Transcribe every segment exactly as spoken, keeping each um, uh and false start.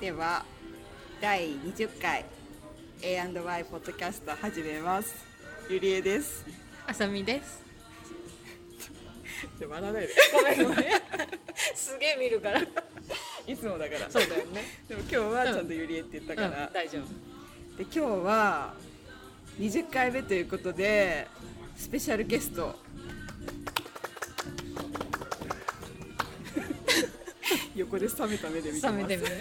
ではだいにじゅっかい エーアンドワイ ポッドキャスト始めます。ゆりえです。 あさみです。 笑わないで。 ごめんごめんすげえ見るからいつもだから。 そうだよね。 でも今日はちゃんとゆりえって言ったから、 うん、大丈夫で今日はにじゅっかいめということでスペシャルゲスト横で冷めた目で見てます。 冷めてみる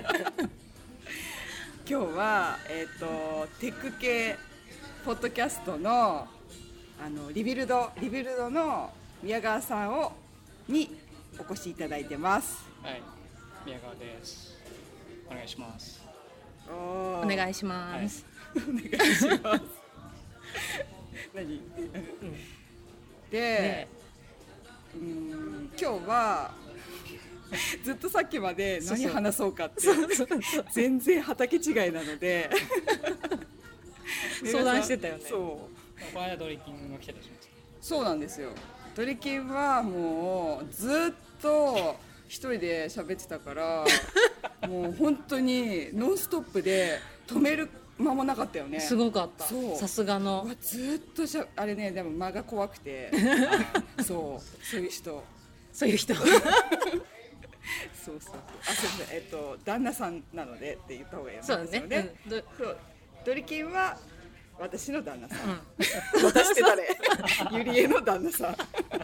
今日は、えー、とテック系ポッドキャストの、あのリビルドリビルドの宮川さんをにお越しいただいてます。 はい、宮川です。お願いします。 お願いします。 はい、お願いします。何？うん、で、ね、うーん今日はずっとさっきまで何話そうかって全然畑違いなので相談してたよね。 そう。この間ドリキンが来てたじゃないですか。 そうなんですよ。ドリキンはもうずっと一人で喋ってたからもう本当にノンストップで止める間もなかったよね。 すごかった。さすがの。 ずっとしゃあれね、でも間が怖くてそうそういう人そういう人そうそうあそうですね、えっと旦那さんなのでって言った方がいいよね。 そうだね。 そうね、 うん、どそうドリキンは私の旦那さん、うん、私って誰ゆりえの旦那さん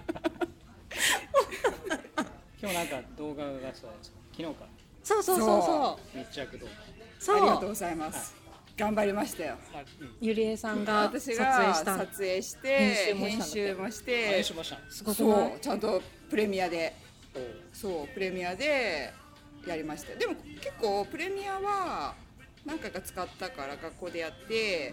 今日なんか動画がそうです。昨日か。 そうそうそうそう密着動画。 そうありがとうございます、はい、頑張りましたよ。 ゆりえさんが私が撮影して編集もして編集もしたすごくそうちゃんとプレミアでそうプレミアでやりました。でも結構プレミアは何回か使ったから学校でやって、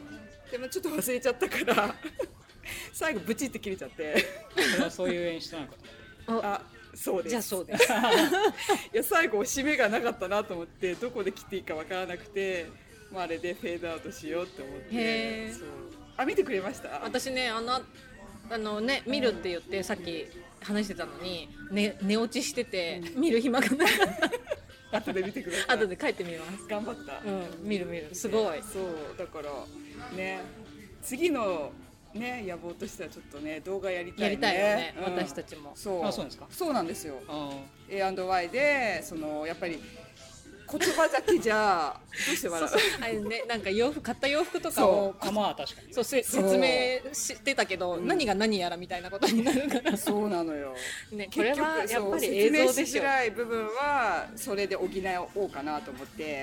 でもちょっと忘れちゃったから最後ブチって切れちゃってそういう演出なのかと思ってあそうです。 じゃあそうですいや最後締めがなかったなと思ってどこで切っていいか分からなくて、まあ、あれでフェードアウトしようって思って。 へそうあ見てくれました？ 私ねあのあのね見るって言ってさっき話してたのに、ね、寝落ちしてて、うん、見る暇がなかった後で見てください。 後で帰ってみます。 頑張った、 うん、見る見るすごい。 そうだからね次のね野望としてはちょっとね動画やりたいね。 やりたいよね、うん、私たちも。 そうあそうなんですか。 そうなんですよ。 エーアンドワイ でそのやっぱり言葉だけじゃどうして笑うあれね、なんか洋服買った洋服とかをあまあ確かにそう説明してたけど、うん、何が何やらみたいなことになるからそうなのよ、 ね、これはやっぱり映像でしょ。 説明しづらい部分はそれで補おうかなと思って、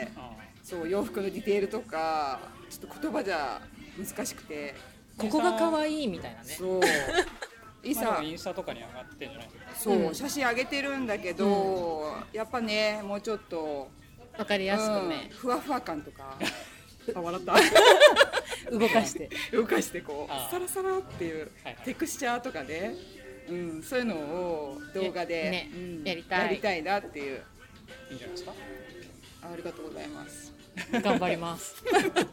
そう洋服のディテールとかちょっと言葉じゃ難しくてここが可愛いみたいなね。 そうインスタインスタとかに上がってんじゃないですか。 そう、うん、写真上げてるんだけど、うん、やっぱねもうちょっとわかりやすくね、 うん、ふわふわ感とかあ笑った動かして動かしてこうサラサラっていう、はいはい、テクスチャーとかね、うん、そういうのを動画で、 ねうん、 やりたいやりたいなっていう。 いいんじゃないですか。 あ, ありがとうございます頑張りますなんか,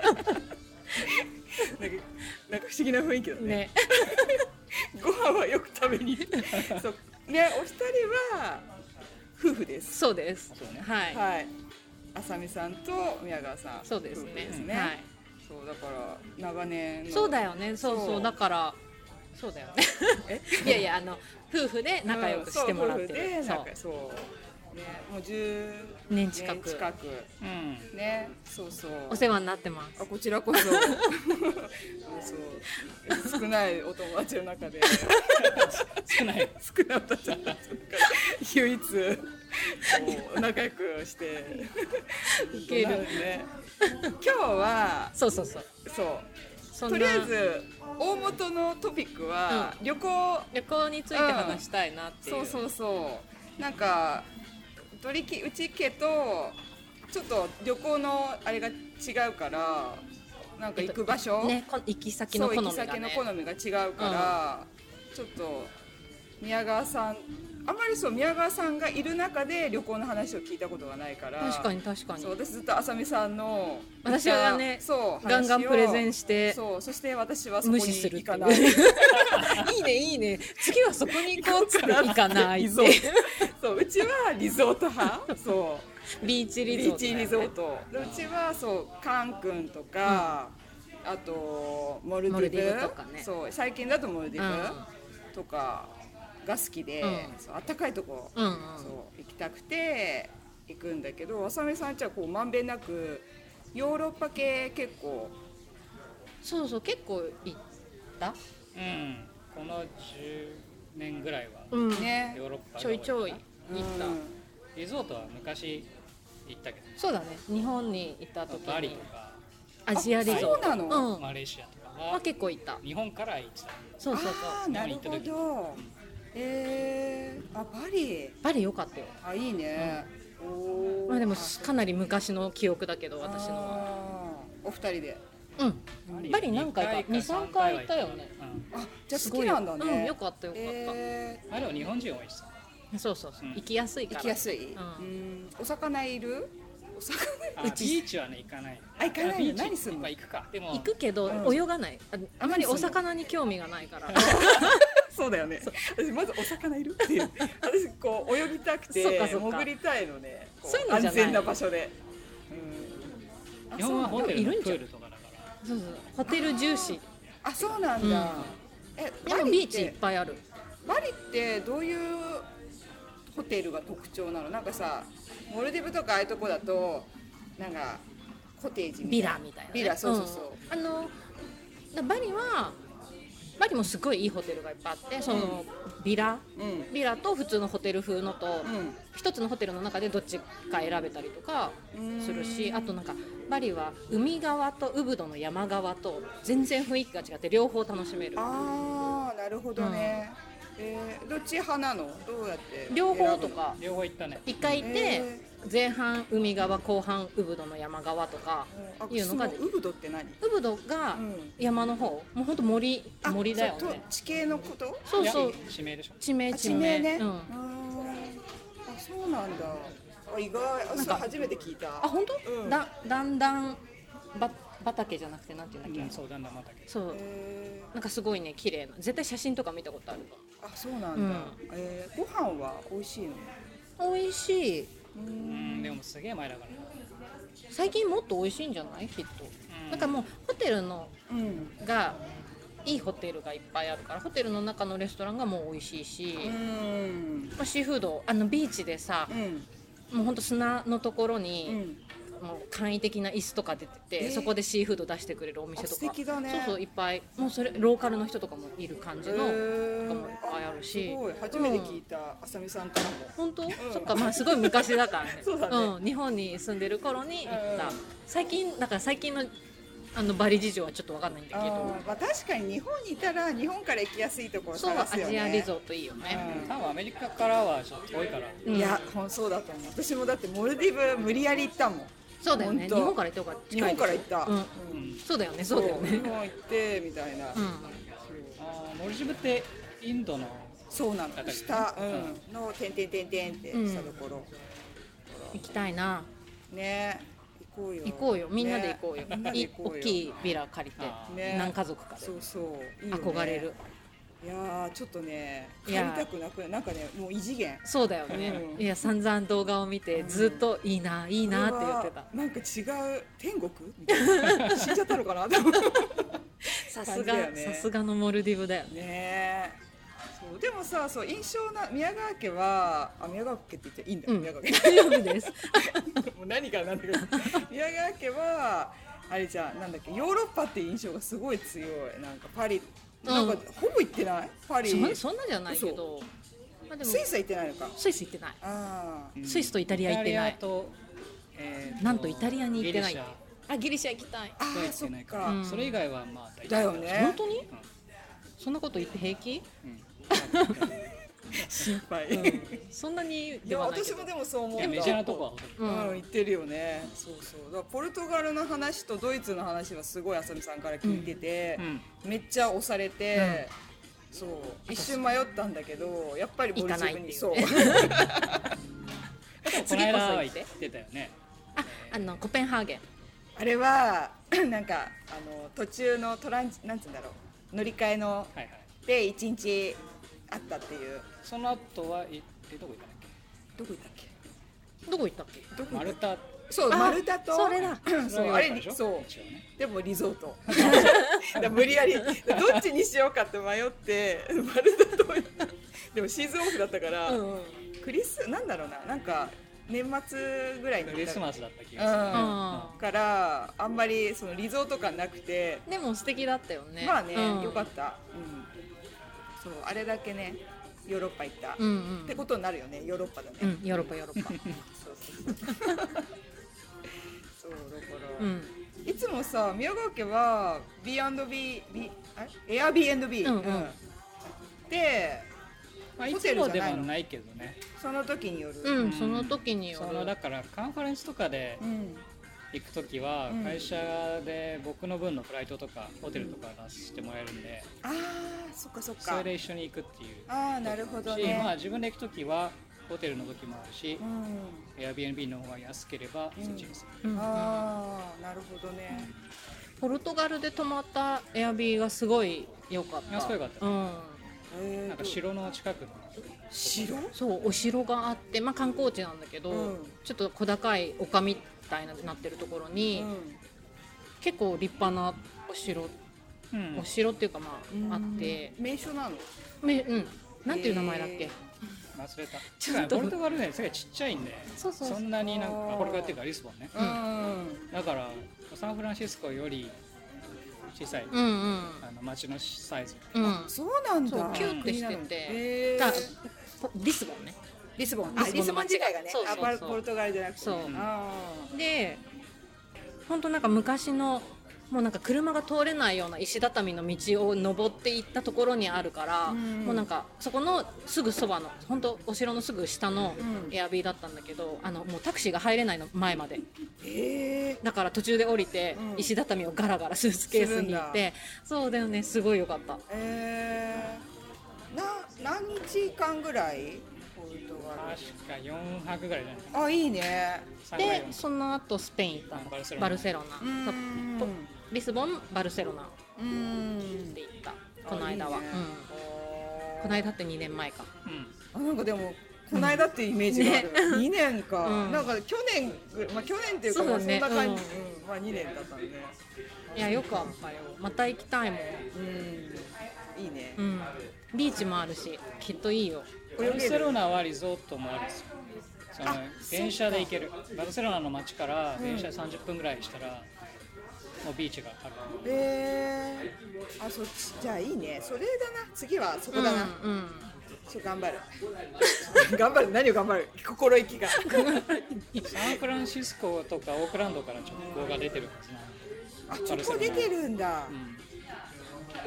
なんか不思議な雰囲気だ ね, ねご飯はよく食べにそうね、お二人は夫婦です。 そうです、 そうね、 はい、 はい、あさみさんと宮川さんそうですね、 ですね、 はい、 そうだから長年のそうだよね、そうそうだからそうだよねいやいやあの夫婦で仲良くしてもらってる、 うん、そう夫婦でそうね、もうじゅうねん近く、 近く、 うん、 ね、そうそうお世話になってます。 あこちらこそそう少ないお友達の中で少ない少ないお友達の中で唯一仲良くしていけるね。今日はそうそうそうそうとりあえず大元のトピックは、うん、旅行旅行について話したいなっていう、 うん、そうそうそうなんかうち家とちょっと旅行のあれが違うからなんか行く場所、 ね、行き先の好みがね、 そう行き先の好みが違うから、うん、ちょっと宮川さんあんまりそう宮川さんがいる中で旅行の話を聞いたことがないから。 確かに確かに。 そう私ずっとあさみさんの私はねそうガンガンプレゼンして、 そうそして私はそこに無視する行かない。 いいねいいね。次はそこに行こうっつって行かないって。 そううちはリゾート派。そうビーチリゾート、ね、 ビーチリゾート。でうちはそうカン君とか、うん、あとモルディブ、 モルディブとかね。 そう最近だとモルディブ、うん、とかが好きで、うん、そう暖かいとこ、うんうん、そう行きたくて行くんだけど、あさみさんちはこうまんべんなくヨーロッパ系結構。 そうそう結構行った。 うん。このじゅうねんぐらいは、 うんね、ヨーロッパちょいちょい行った、 うん、リゾートは昔行ったけど。 そうだね。日本に行った時にバリとかアジアリゾート、 そうなの、 うん、 マレーシアとかは結構行った。 日本から行ってた。 そうそうそう。 あなるほど。えー、あバリバリ良かったよ。 あいいね、うん、おまあでもかなり昔の記憶だけど私のは。 お二人で。 うんバリ何回かにさんかい行ったよね、 うん、あじゃあ好きなんだね。 うんよかったよかった、えー、あれは日本人多いしさ。 そうそうそう、うん、行きやすいから。 行きやすい、うん、お魚いる？お魚うちビーチはね行かない。 あ行かないの。何するの？ 行くか。でも行くけど、うん、泳がない。 あ, あまりお魚に興味がないからそうだよね。私まずお魚いるっていう私こう泳ぎたくて潜りたいのね。 そういうのじゃない。 安全な場所で、 うん、日本はホテルのプールとかだから。 そうそうホテル重視。 あそうなんだ、うん、 えでもビーチいっぱいある。 バリってどういうホテルが特徴なの？なんかさモルディブとかああいうとこだとなんかコテージみたいなビラみたいな、ね、 ビラそうそうそう、 うん、あのバリはバリもすごいいいホテルがいっぱいあって、そのビラ、うん、ビラと普通のホテル風のと、うん、一つのホテルの中でどっちか選べたりとかするし、あとなんかバリは海側とウブドの山側と全然雰囲気が違って両方楽しめる。 あーなるほどね、うん、えー、どっち派なの？どうやって両方とか両方行ったね。 一回行って、えー前半海側後半ウブドの山側とかいうのが。 ウブドって何？ ウブドが山の方、もうほんと森森だよね。 地形のこと？ そうそう地名でしょ。 地名地名ね、うん、あそうなんだ。あ意外。なんか初めて聞いた。 あ本当？うん、だだんだんば畑じゃなくてなんていうんだっけ、 うん、そうだんだん畑。 そうなんかすごいね綺麗な。絶対写真とか見たことある。 あそうなんだ、うん、えー、ご飯は美味しいの？ 美味しい。 うんでもすげえ前だから最近もっと美味しいんじゃないきっと、うん、なんかもうホテルの、うん、がいいホテルがいっぱいあるからホテルの中のレストランがもう美味しいし、うんまあ、シーフードあのビーチでさ、うん、もうほんと砂のところに、うんもう簡易的な椅子とか出てて、えー、そこでシーフード出してくれるお店とか。 素敵だね。 そうそういっぱいもうそれローカルの人とかもいる感じの、えー、とかもいっぱいあるし。 すごい初めて聞いた、うん、あさみさんからも。 本当、うん、そっかまあすごい昔だからねそうだね、 うん、日本に住んでる頃に行った、うん、最近だから最近のあのバリ事情はちょっと分かんないんだけど、 あ、まあ、確かに日本にいたら日本から行きやすいところ探すよね。 そうアジアリゾートいいよね、 うん、多分アメリカからはちょっと遠いから、 うん、いやそうだと思う。私もだってモルディブ無理やり行ったもん。 そうだよね。日本から行った方が近い。 日本から行った、うんうん、 そうだよねそうだよね。 日本行ってみたいな、うん、 あモルディブってインドのそうなの下、うん、のてんてんてんてんってしたところ、 うん、行きたいなね。行こうよ行こうよみんなで行こうよ、ね、い大きいビラ借りて、ね、何家族かでそうそういいよ、ね、 憧れる。 いやちょっとね帰りたくなくなんかねもう異次元。 そうだよね、うん、いや散々動画を見てずっといいないいなって言ってた。 なんか違う天国みたいな死んじゃったのかなさすがさすがのモルディブだよね。 ねそうでもさそう印象な宮川家はあ宮川家って言っていいんだよ、うん、宮川家大丈夫ですもう何から何だけど宮川家はあれじゃんなんだっけヨーロッパっていう印象がすごい強い。なんかパリなんかほぼ行ってない？パリそ, そんなじゃないけど、 まあ、でもスイスは行ってないのか。 スイス行ってない。あスイスとイタリア行ってない。と、えー、なんとイタリアに行ってない。あギリシャ行きたい。 あーそっか、 うん、それ以外はまあ大だよね。 本当に、うん、そんなこと言って平気？うん心配、うん、 そんなにではないけど。私もでもそう思う。 メジャーなとこは、 うん、言ってるよね。そうそうだからポルトガルの話とドイツの話はすごいあさみさんから聞いてて、うん、めっちゃ押されて、うん、 そう一瞬迷ったんだけどやっぱりボルジブにそうこの間は行ってたよね。 あ、あのコペンハーゲンあれはなんかあの途中のトランなんつうんだろう乗り換えの、はいはい、で一日あったっていう。 その後は行ってどこ行ったんだっけどこ行ったっけどこ行ったっけどこマルタ。 そうマルタとそれだそうあれそう、ね、でもリゾートだ無理やりどっちにしようかって迷ってマルタとでもシーズンオフだったから、うんうん、クリスなんだろうななんか年末ぐらいにクリスマスだった気がする、 うん、からあんまりそのリゾート感なくてでも素敵だったよね。 まあね、 うん、 よかった、うん、そうあれだけねヨーロッパ行った、うんうん、ってことになるよねヨーロッパだね、 うん、ヨーロッパヨーロッパそうそうそうそうだから、うん、いつもさ宮川家は ビーアンドビー B あエアビーアンドビー、うんうん、で、 まあ、いつもでもないけどねその時による、 うん、その時による。 そのだからカンファレンスとかで行く時は会社で僕の分のフライトとかホテルとか出してもらえるんで、 うん、ああそっかそっかそれで一緒に行くっていう。 ああなるほどね。 まあ自分で行く時はホテルの時もあるし、うん、Airbnb の方が安ければそっちにする、うんうん、 ああなるほどね、 うん、ポルトガルで泊まったエアビーがすごい良かった。 すごい良かった、 うんえー、なんか城の近くの城そうお城があって、まあ、観光地なんだけど、うん、ちょっと小高い丘みたいになってるところに、うん、結構立派なお城、うん、お城っていうかまあ、あって名所なのめ、うん、なんていう名前だっけ、 忘れた。ちょっとポルトガルね、世界ちっちゃいんで、そうそうそんなになんかポルトガルっていうかリスボンね、うん、だからサンフランシスコより小さい、うんうん、あの街のサイズ、 うん、そうなんだ。 そうキュッてしてて、だリスボンね、 リスボン、あリスボン自体がね、そうそうそう、あポルトガルじゃなくて、そうあで本当なんか昔のもうなんか車が通れないような石畳の道を登っていったところにあるから、うん、もうなんかそこのすぐそばの本当お城のすぐ下のエアビーだったんだけど、うん、あのもうタクシーが入れないの前まで、 えー、 だから途中で降りて、うん、石畳をガラガラスーツケースに行って、そうだよね、すごいよかった。 えー、な何日間ぐらい確かよんはくぐらいじゃない。 あ、いいね。 でその後スペイン行ったの、バルセロナ、バルセロナリスボン、バルセロナって行った、この間は、いいね、うん、この間ってにねんまえか、 うん、あなんかでもこの間ってイメージがある、うんね、にねんか、うん、なんか去年、まあ、去年っていうかそんな感じ、うんうん、まあにねんだったんで、 いやよくあったよ、また行きたいもん、 うん、いいね、 うん、ビーチもあるしきっといいよ。 バルセロナはリゾートもあるんですよ。その電車で行ける。バルセロナの街から電車さんじゅっぷんぐらいしたら、もうビーチがある。 えー、あそっちじゃあいいね。それだな。次はそこだな。うんうん、そう頑張る。頑張る。何を頑張る。心意気が。 サンフランシスコとかオークランドから直行が出てるはずなの。 あ、直行出てるんだ。うん、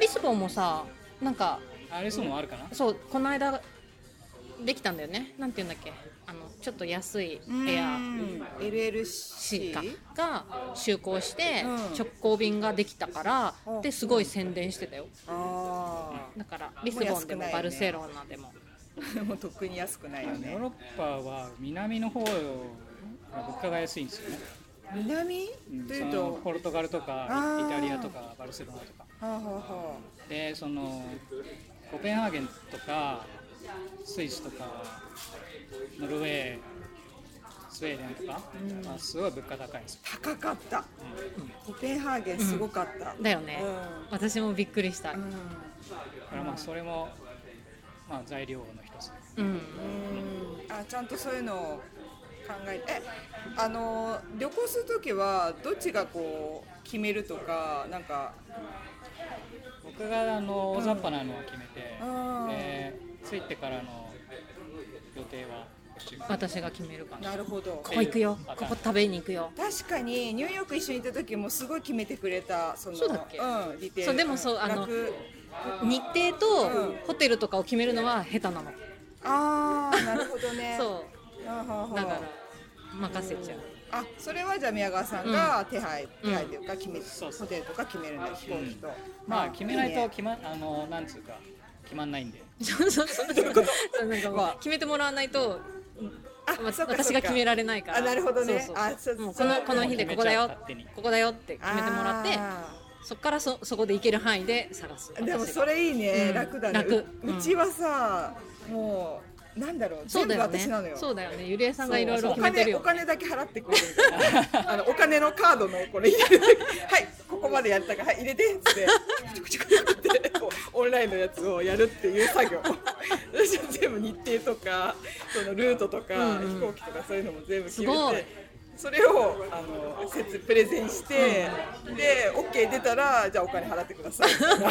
リスボンもさ、なんかあリスボンもあるかな。 そうこの間できたんだよね。なんていうんだっけ、あのちょっと安いエアエルエルシーが就航して直行便ができたからですごい宣伝してたよ。あだからリスボンでもバルセロナでももうとっくに安くないよね。 ヨーロッパは南の方が物価が安いんですよね。 南、うん、というとポルトガルとかイタリアとかバルセロナとか、はあはあ、でそのコペンハーゲンとかスイスとかノルウェー、スウェーデンとか、うんまあ、すごい物価高いんですよ。 高かった、うん、コペンハーゲンすごかった、 うん、だよね、うん、私もびっくりした、うん、 だからまあそれも、まあ、材料の一つ、 うんうん、あちゃんとそういうのを考えてえあの旅行するときはどっちがこう決めるとかなんか僕があの大雑把なのを決めて、うんで着いてからの予定は私が決めるから。 なるほど。 ここ行くよ、ここ食べに行くよ。 確かにニューヨーク一緒に行った時もすごい決めてくれた。そのそうだっけ、 うん、ディテール。 そうでもそうあの日程とホテルとかを決めるのは下手なの。 ああなるほどね。 そうだから任せちゃう。 あそれはじゃあ宮川さんが手配、うん、手配というか決め、うん、ホテルとか決めるんだ、飛行機と、 まあ決めないと決まあのなんつうか決まんないんで。 そうそうそうそうなんかもう決めてもらわないと、 あ、 まそうか私が決められないから。 あ、なるほどね。 そうそうあ、そうもうこのこの日でここだよここだよって決めてもらって、 あそこからそそこで行ける範囲で探す。 ーでもそれいいね、 うん楽だね。 楽ううちはさ、もうなんだろう、全部そうだよね私なのよ。 そうだよね。ゆりえさんがいろいろお決めてるよ。 金お金だけ払ってくれるみたいな。あのお金のカードのこれ入れるだけはいここまでやったからはい入れてっつってチクチクチクってこうオンラインのやつをやるっていう作業。私は全部日程とかそのルートとか、 うんうん飛行機とかそういうのも全部決めすごいて。それをあの説プレゼンして、で OK 出たらじゃあお金払ってくださいみたいな。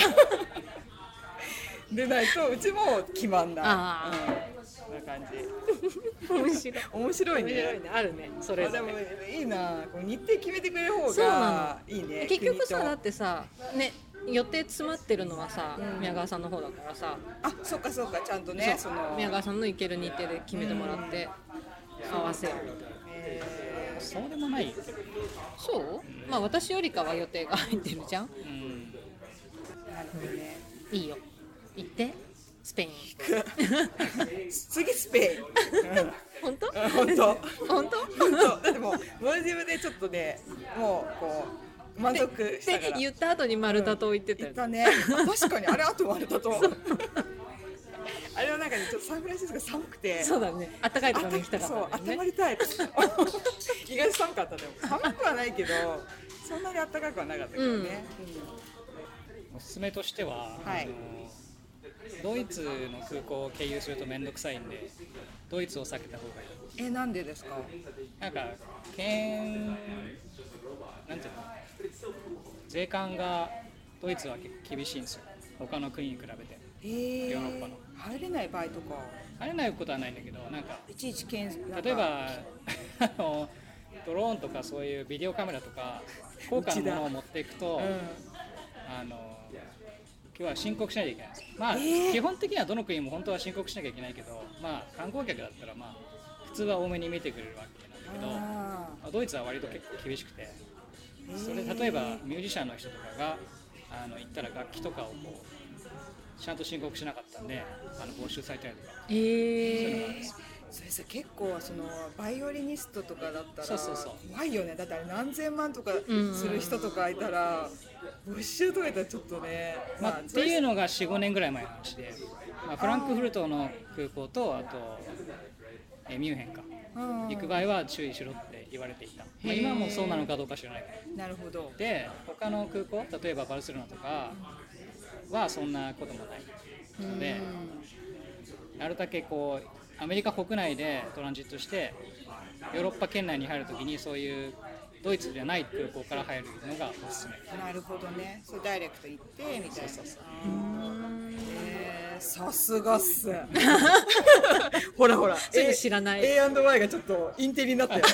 でないとうちも決まんない。 あうんそんな感じ。 面白い。 面白いね。 面白いね。あるね。それぞあでもれ。 いいな。こう日程決めてくれる方そうながいいね。 結局さ国とだってさね予定詰まってるのはさ、 うん宮川さんの方だからさ、 あ、そっかそっかちゃんとねそそうの宮川さんの行ける日程で決めてもらって合わせるみたいな。 えそうでもないよ。 そう？まあ私よりかは予定が入ってるじゃん。 うん。 ーなるほどね。 いいよ。行ってスペイン。 次スペイン。うん本当？ 本当。 本当？ 本当。だってもうモルディブでちょっとねもうこう満足したってから。 言った後に丸太島行ってたよね。 言ったね。あ確かにあれあと割れたと。あれはなんかねちょっとサンフランシスコ寒くて。 そうだね。暖かいところに行きたかったそうんだよね温ま。りたい意外と寒かったでも寒くはないけどそんなに暖かくはなかったけどね、 おすすめとしては、 はいあのドイツの空港を経由すると面倒くさいんで、ドイツを避けた方がいい。 うんえなんでですか？ なんか検なんていうの、税関がドイツは結構厳しいんですよ。他の国に比べて。 えー、 ヨーロッパの入れない場合とか入れないことはないんだけど、なんかいちいち検なんか例えばあのドローンとかそういうビデオカメラとか高価なものを持っていくと、 うんあの今日は申告しないといけないんですよ。まあ、 えー基本的にはどの国も本当は申告しなきゃいけないけど、まあ観光客だったらまあ普通は多めに見てくれるわけなんだけど、 あまあドイツは割と結構厳しくて、 ーそれ例えばミュージシャンの人とかがあの行ったら楽器とかをこうちゃんと申告しなかったんで、あの没収されたりとか、 えそういうのがあるんーですよ。 それさ結構そのバイオリニストとかだったらそうそうそう怖いよね。だってあれ何千万とかうんする人とかいたら没収とかやったらちょっとね、 まあ、っていうのがよん、ごねんぐらい前の話で、まあ、フランクフルトの空港とあとえミュンヘンかうん行く場合は注意しろって言われていた、まあ、 へー今もそうなのかどうか知らないけど、 なるほど。 で他の空港例えばバルセロナとかはそんなこともないので、なるだけこうアメリカ国内でトランジットしてヨーロッパ圏内に入るときにそういうドイツじゃない空港から入るのがおすすめ。 なるほどね。それダイレクト行ってみたいな。 そうそうそうえーさすがっす。ほらほら。 すぐ知らないエーアンドワイ がちょっとインテリになったよ。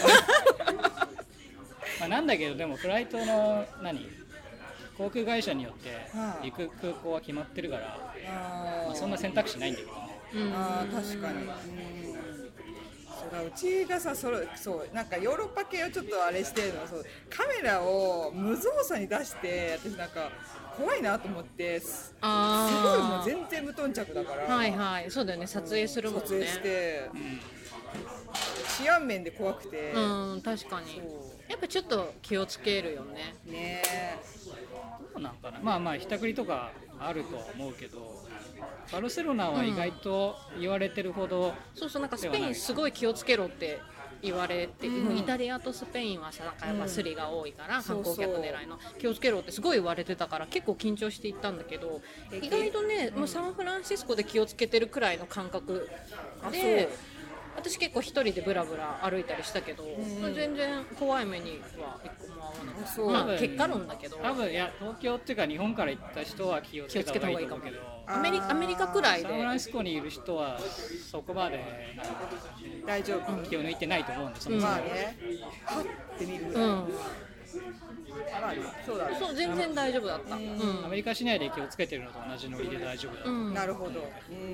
まあ、なんだけどでもフライトの何航空会社によってはあ行く空港は決まってるから、 あーまあ、そんな選択肢ないんだけどね。 うんあー確かに。うんそうだうちがさそれそうなんかヨーロッパ系をちょっとあれしてるのはそうカメラを無造作に出して私なんか怖いなと思ってすすごいもうあー全然無頓着だから。 はいはいそうだよね撮影するもんね。 撮影してうん治安面で怖くて。 うん確かにそやっぱちょっと気をつけるよね。 うねどうなんかな。まあまあひったくりとかあるとは思うけど、バルセロナは意外と言われてるほど、 そうそうなんかスペインすごい気をつけろって言われて、 うんイタリアとスペインはさなんかやっぱスリが多いから、 うん観光客狙いの気をつけろってすごい言われてたから結構緊張していったんだけどえ意外とね、 うんもうサンフランシスコで気をつけてるくらいの感覚あで私結構一人でブラブラ歩いたりしたけど、 ん全然怖い目には一個も合わなかった。 あそうまあ結果論だけど多分いや東京っていうか日本から行った人は気をつけた方がいいと思うけど、 アメリアメリカくらいでサンフランシスコにいる人はそこまで大丈夫。 気を抜いてないと思うんで、そもそもまあねはって見るぐらい。 うんまあねそうだね。 そう全然大丈夫だった。うんアメリカ市内で気をつけてるのと同じノリで大丈夫だと思う。 うんなるほど。うん。そっか。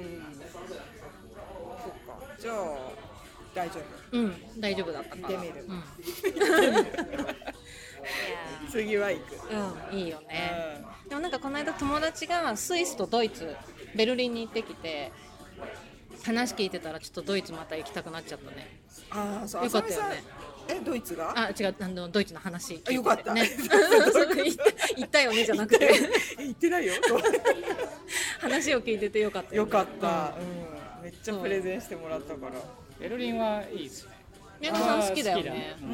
じゃあ大丈夫。 うん、大丈夫だったから。 見てみるうん、 次は行く。 うん、いいよね。でもなんかこの間友達がスイスとドイツベルリンに行ってきて話聞いてたらちょっとドイツまた行きたくなっちゃったね。 ああ、そう。 よかったよね。 え、ドイツが？ あ、違う、あのドイツの話聞いてて、ね、 よかったね。 行ったよねじゃなくて行ってないよ。 話を聞いててよかったよ、 ね。よかった、うん。めっちゃプレゼンしてもらったから。 ベルリンはいいですね。 宮野さん好きだよね。 うん。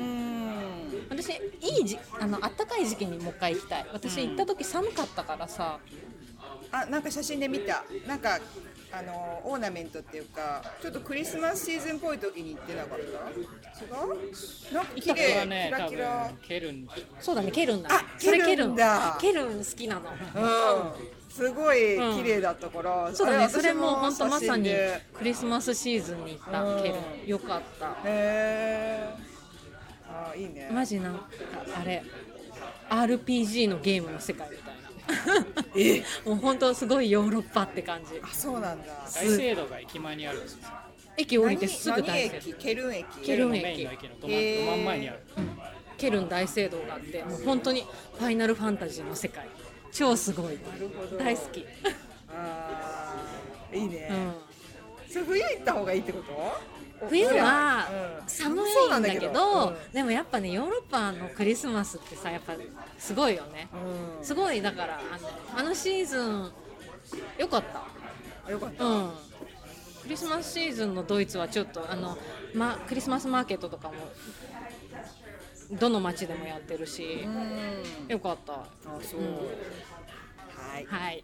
私いいじあの暖かい時期にもう一回行きたい。私行った時寒かったからさ。 あ、なんか写真で見た。なんかあのオーナメントっていうか、ちょっとクリスマスシーズンっぽい時に行ってなかった？違う？なんか綺麗、 ね、 キラキラ。 ケルン。 そうだね、ケルンだ。 あ、 それケルンだ。 ケルン好きなの。 うん。すごい綺麗だったから、 うん、そうだね、それも本当まさにクリスマスシーズンに行った、うん、ケルンよかった。 へえ。あ、いいね。 マジなんかあれ アールピージー のゲームの世界みたいな。 えもう本当すごいヨーロッパって感じ。 あ、そうなんだ。 大聖堂が駅前にあるんですよ。 駅降りてすぐ大聖堂。 ケルン駅。 ケルン駅。 メインの駅のど真ん前にある、 うん。ケルン大聖堂があって、もう本当にファイナルファンタジーの世界。超すごい。なるほど。大好き。 ああ、いいね。 うん。 それ冬行った方がいいってこと？ 冬は寒いんだけど、うん、でもやっぱねヨーロッパのクリスマスってさやっぱすごいよね、うん、すごいだからあの、あのシーズンよかったよかった、 うん、クリスマスシーズンのドイツはちょっとあの、ま、クリスマスマーケットとかもどの街でもやってるし、うん、よかった。あ、 そう、うん、はい、 はい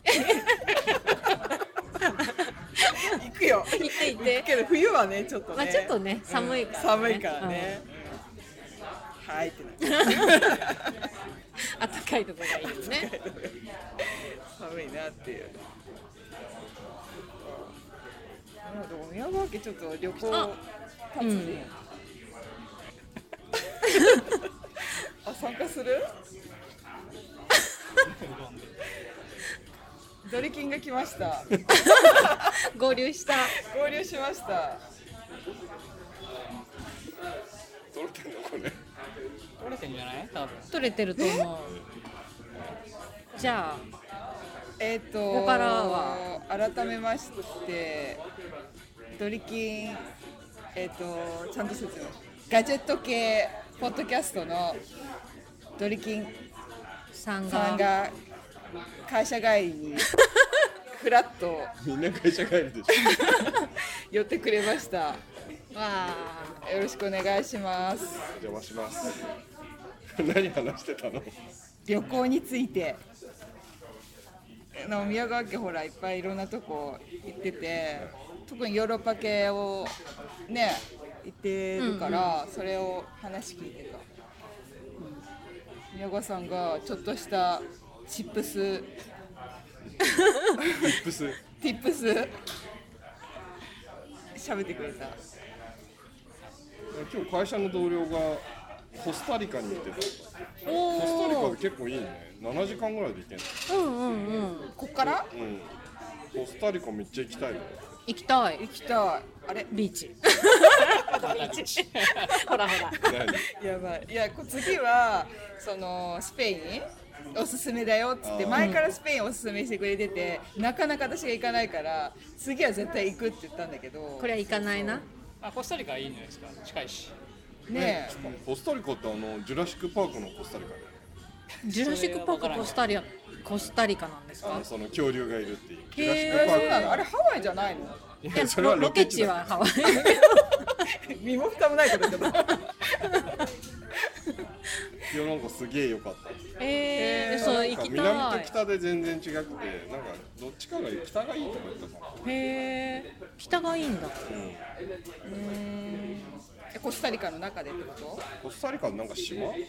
行くよ。 行って行って。 けど冬はねちょっとね。 まあちょっとね寒いから、ねうん、寒いからね。うん、はいってな。 あったかいところがいいよね。 寒いなっていう。なるほど。宮川家ちょっと旅行立つね。うん、あ、参加する？ドリキンが来ました。 合流した。 合流しました。 撮れてんのこれ？ 撮れてんじゃない？多分。 撮れてると思う。じゃあ、 えっとここからは改めましてドリキンえっとちゃんと説明。ガジェット系ポッドキャストのドリキンさんが。 さんが会社帰りにフラッとみんな会社帰るでしょ寄ってくれました。わあ、 よろしくお願いします。 お邪魔します。何話してたの？ 旅行についての宮川家ほらいっぱいいろんなとこ行ってて、特にヨーロッパ系をね行ってるから、うんうん、それを話聞いてた、うん、宮川さんがちょっとしたチップスティップスティップス喋ってくれた。 今日会社の同僚がコスタリカに行ってた。コスタリカで結構いいね。ななじかんぐらいで行けんの。 うんうんうん。 こっから？ うん。コスタリカめっちゃ行きたいの。 行きたい。 行きたい。あれ？ ビーチ。ビーチ。ほらほら。 やばい。いや、次はそのスペインおすすめだよっつって前からスペインおすすめしてくれてて、なかなか私が行かないから次は絶対行くって言ったんだけど、 これは行かないな。 あ、コスタリカいいんじゃないですか。近いし。 ねえ。 コスタリカってあのジュラシックパークのコスタリカだよね。 ジュラシックパークコスタリカコスタリカなんですか？ あのその恐竜がいるっていう。 ジュラシックパーク。そうなの？あれハワイじゃないの？ いやそれはロケ地はハワイ。身も蓋もないことだけど。 いやなんかすげえ良かった。 えー、そう行きたい。 南と北で全然違くて、なんかどっちかが北がいいとか言ったかな。 へえ、北がいいんだ。 うん。うんえコスタリカの中でってこと？ コスタリカのなんか島？島なんか。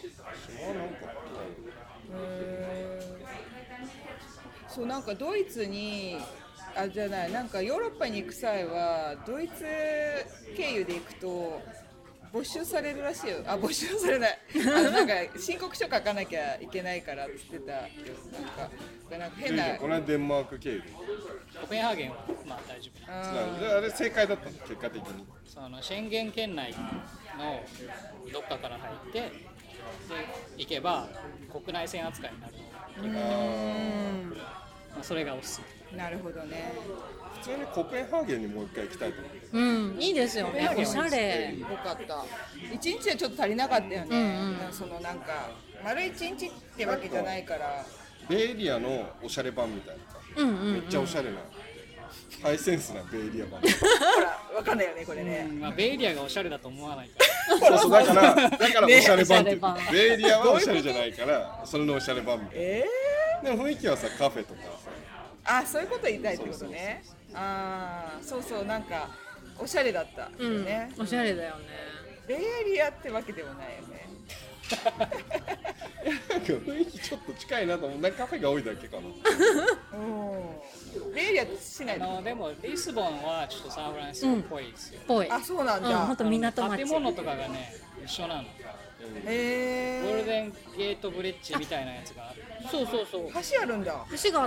へーそうなんかドイツにあじゃないなんかヨーロッパに行く際はドイツ経由で行くと没収されるらしいよ。あ、没収されない。あのなんか申告書書かなきゃいけないからって言ってたよ。なんか、なんか変な。 これはデンマーク経由で。 コペンハーゲンはまあ大丈夫。 あ, あれ正解だったの結果的に。 そのシェンゲン圏内のどっかから入ってで行けば国内線扱いになるの。うん。まあそれがおすすめ。 なるほどね。 普通にコペンハーゲンにもう一回行きたいと思う。 うん、いいですよね。おしゃれ。 よかった。一日はちょっと足りなかったよね。うんうん、そのなんか丸一日ってわけじゃないから。 ベイエリアのおしゃれ版みたいな、うんうんうん、めっちゃおしゃれなハイセンスなベイエリア版。 ほら、わかんないよねこれね。 まあ、ベイエリアがおしゃれだと思わないから。そうそう、だからだからおしゃれ版って、ね、ベイエリアはおしゃれじゃないからそれのおしゃれ版みたいな。えー、でも雰囲気はさカフェとかさ。あ、そういうこと言いたいってことね。そうそうそう、ああ、そうそう、なんかおしゃれだったよね、 うん、おしゃれだよね。 ベイエリアってわけでもないよね。 雰囲気ちょっと近いなと思う。なんかカフェが多いだけかな。 うん。ベイエリアってしないの？ でもリスボンはちょっとサンフランシスコっぽいですよ。 ぽい。 あ、そうなんだ。 本当港町。 建物とかがね一緒なの。 へー。ゴールデンゲートブリッジみたいなやつがある。 そうそうそう。 橋あるんだ。 橋があって。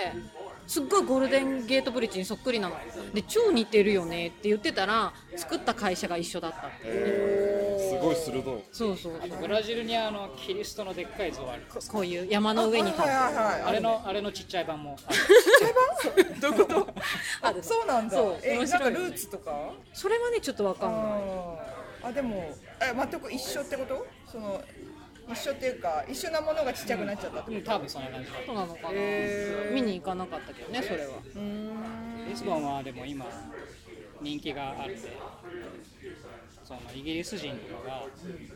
すっごいゴールデンゲートブリッジにそっくりなので、超似てるよねって言ってたら作った会社が一緒だったって。 えー、すごい鋭い。 そうそう。 あとブラジルにあのキリストのでっかい像ある。 こういう山の上に立って、 あれのあれのちっちゃい版もある。 ちっちゃい版？どういうこと？あ、そうなんだ。そう。え、なんかルーツとか？ それはねちょっとわかんない。 あ、でもえ全く一緒ってこと？その一緒っていうか一緒なものがちっちゃくなっちゃったってこと？ 多分そんな感じだ。 そうなのかな、えー、見に行かなかったけどねそれは。うーん、リスボンはでも今人気があって、そのイギリス人とかが、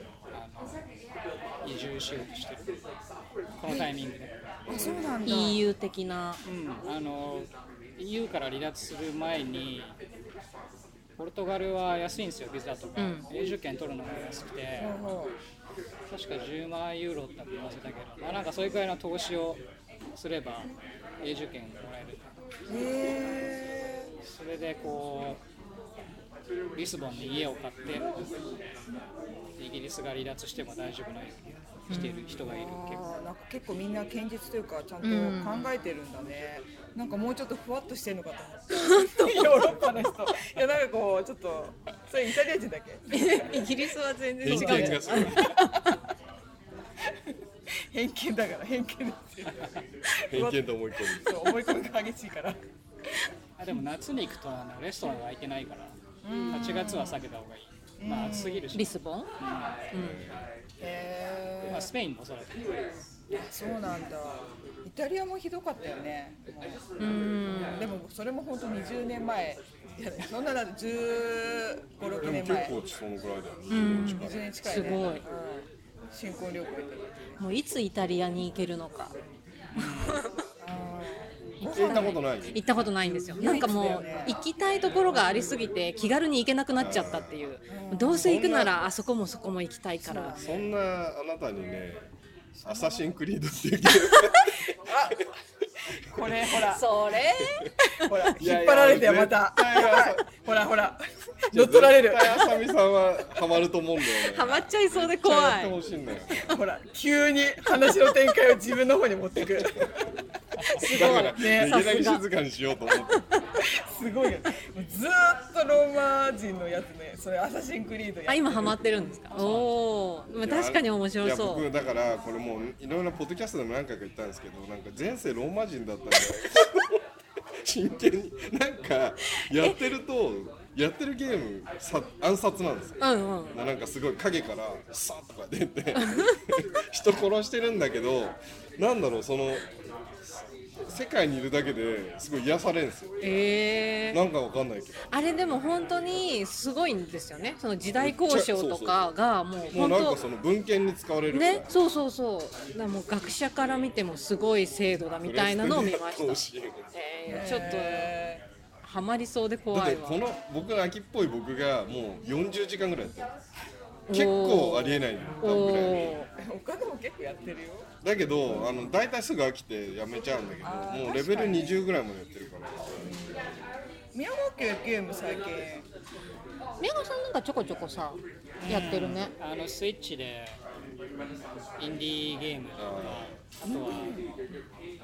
あの移住しようとしてるこのタイミングで。 あ、そうなんだ。 イーユー 的な、 うん、あの イーユー から離脱する前にポルトガルは安いんですよ、ビザとか、うん、永住権取るのが安くて、確かじゅうまんユーロだったか忘れたけど、まあ、なんかそういうくらいの投資をすれば永住権もらえる。へー。それでこうリスボンに家を買ってイギリスが離脱しても大丈夫なようにしている人がいる。結構なんか結構みんな堅実というかちゃんと考えてるんだね、うん、なんかもうちょっとふわっとしてるのかと思ってヨーロッパの人。いや、なんかこうちょっとそれイタリア人だっけ？ イギリスは全然違う。 偏見だから偏見ですよ。 偏見と思い込み。 そう、思い込みが激しいから。 あ、でも夏に行くとあのレストランが開いてないからはちがつは避けた方がいい。まあ暑すぎるし。 リスボン？うん。 へー。 まあスペインもそうだけど。 そうなんだ。イタリアもひどかったよね。うん。でもそれも本当にじゅうねんまえ。そんなだってじゅうご、ろくねんまえ。 結構そのぐらいだよね。 うん。にじゅうねん近いね。 すごい。うん、 新婚旅行行ってる。 もういつイタリアに行けるのか。 行ったことない？ 行ったことないんですよ。なんかもう行きたいところがありすぎて気軽に行けなくなっちゃったっていう。どうせ行くならあそこもそこも行きたいから。 そんなあなたにね、アサシンクリードっていうゲーム。 これほら。 それ。 ほら引っ張られてまた。ほらほら。乗っ取られる。 あさみさんはハマると思うんだよね。 ハマっちゃいそうで怖い。 やってほしいんだよ。 ほら急に話の展開を自分の方に持ってくる。 すごいね。いきなり静かにしようと思って。 すごいよ。ずっとローマ人のやつね。それアサシンクリードや。 あ、今ハマってるんですか。おお、確かに面白そう。 僕だからこれもういろんなポッドキャストでも何回か言ったんですけど、なんか前世ローマ人だったんで真剣になんかやってるとやってるゲームさ暗殺なんですよ。うんうん。なんかすごい影からサッとか出て人殺してるんだけど、なんだろう、その世界にいるだけですごい癒されるんですよ。えー、なんかわかんないけど。 あれでも本当にすごいんですよね。その時代交渉とかがもう本当。もうなんかその文献に使われるから。 ね、そうそうそう。だからもう学者から見てもすごい制度だみたいなのを見ました。えー、ちょっとハマりそうで怖いわ。 だってこの僕の秋っぽい僕がもうよんじゅうじかんぐらいやってる。結構ありえない多分ぐらい。 他でも結構やってるよ。 だけどあの大体すぐ飽きてやめちゃうんだけど、もうレベルにじゅうぐらいまでやってるから。 宮川家ゲーム最近。 宮川さんなんかちょこちょこさやってるね。 あのスイッチでインディーゲームとか、あとは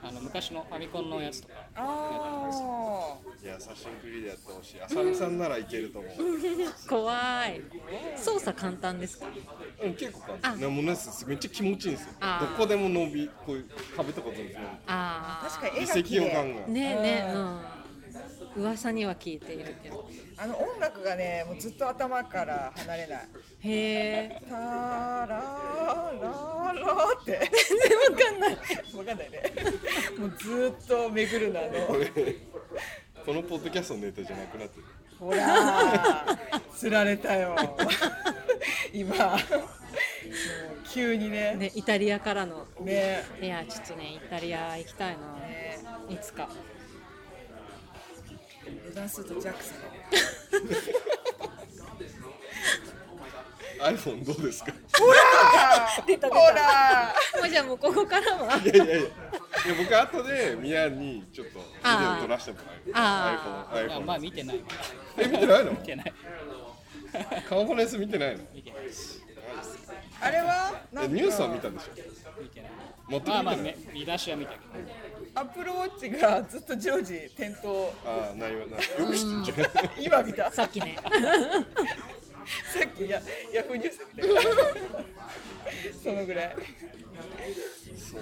あの昔のファミコンのやつとかやってあます。 いや写真クリでやってほしい。あさみさんならいけると思う。 怖い。操作簡単ですか？ うん、結構簡単。でもね、めっちゃ気持ちいいんですよ。 あーどこでも伸び、こういう壁とか全然。 ああ。 確かに絵遺が綺麗。 跡をガンガン。 ねえねえ、うん。噂には聞いているけど。 あの音楽がね、もうずっと頭から離れない。 へえ。 タラララって全然わかんない。 わかんないね。もうずっと巡るのあの。 これこのポッドキャストのネタじゃなくなってる。 ほらー、釣られたよ。今、もう急にね。 ね、イタリアからの。 ね。 いや、ちょっとね、イタリア行きたいな。 ね。 いつか。 油断するとジャックさん。 iPhone どうですか？ ほら出た出た。 ほらもうじゃあもうここからは。 いやいやいや。いや僕後でミヤにちょっとビデオ撮らせてもらう。 あ iPhone あ iPhone。 まあ見てない。 え見てないの？ 見てない。 カンファレンス見てないの？ 見てないです。 あれはなんかえニュースは見たでしょ？ 見てない。 全く見てない。 まあまあめ見出しは見たけど。 アップルウォッチがずっと常時点灯。 ああ、ないわな。よく知ってんじゃん。 今見た。 さっきね。 さっきやヤフーニュースみたいな。そのぐらい。 そう。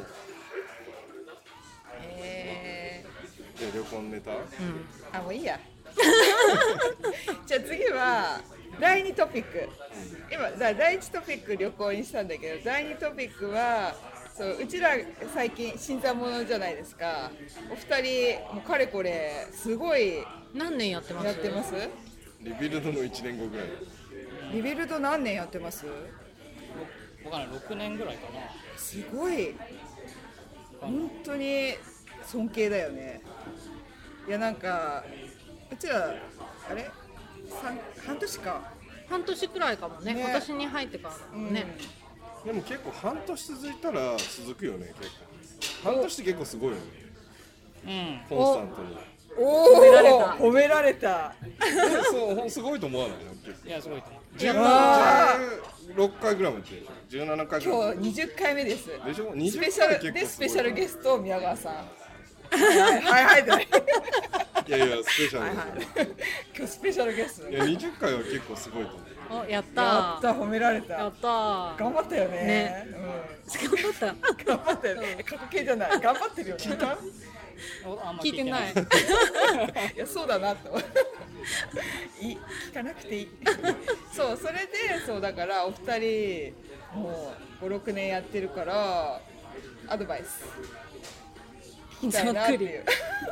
えじゃあ旅行のネタ？ うん。 ー、あもういいや。じゃあ次はだいにトピック。今だだいいちトピック旅行にしたんだけど、だいにトピックはそううちら最近新参者じゃないですか。お二人もうかれこれすごい何年やってます？ やってます？ リビルドのいちねんごぐらい。 リビルド何年やってます？ 僕はろくねんぐらいかな。 すごい本当に尊敬だよね。いやなんかうちらあれ三半年か半年くらいかもね。 ね今年に入ってからだもんね。 でも結構半年続いたら続くよね結構。半年って結構すごいよね。 うん。 コンスタントに。 お褒められた褒められた。 そうほんすごいと思わないの結構。 いやすごいと思う。 じゅうわろっかいぐらいもやってるでしょ。じゅうななかいぐらい。 今日にじゅっかいめです。 でしょ。 スにじゅっペシャかい結構ルでスペシャルゲススト宮川さん。はいはいはいはい。 ト。いやいやスペシャはいはルですい。今日スペシャルゲスト。 よ。いやにじゅっかいは結構すごいと思う。 お、やったやった褒められやたっ。たー。 頑張ったよね。 ねうん。 頑張った。 頑張ったよね。え過去形じゃない。頑張ってるよね。聞いた？ おあんま聞いてない。 いやそうだなと。いい聞かなくていい。そうそれでそうだからお二人もうごろくねんやってるからアドバイス聞きたいなっていう。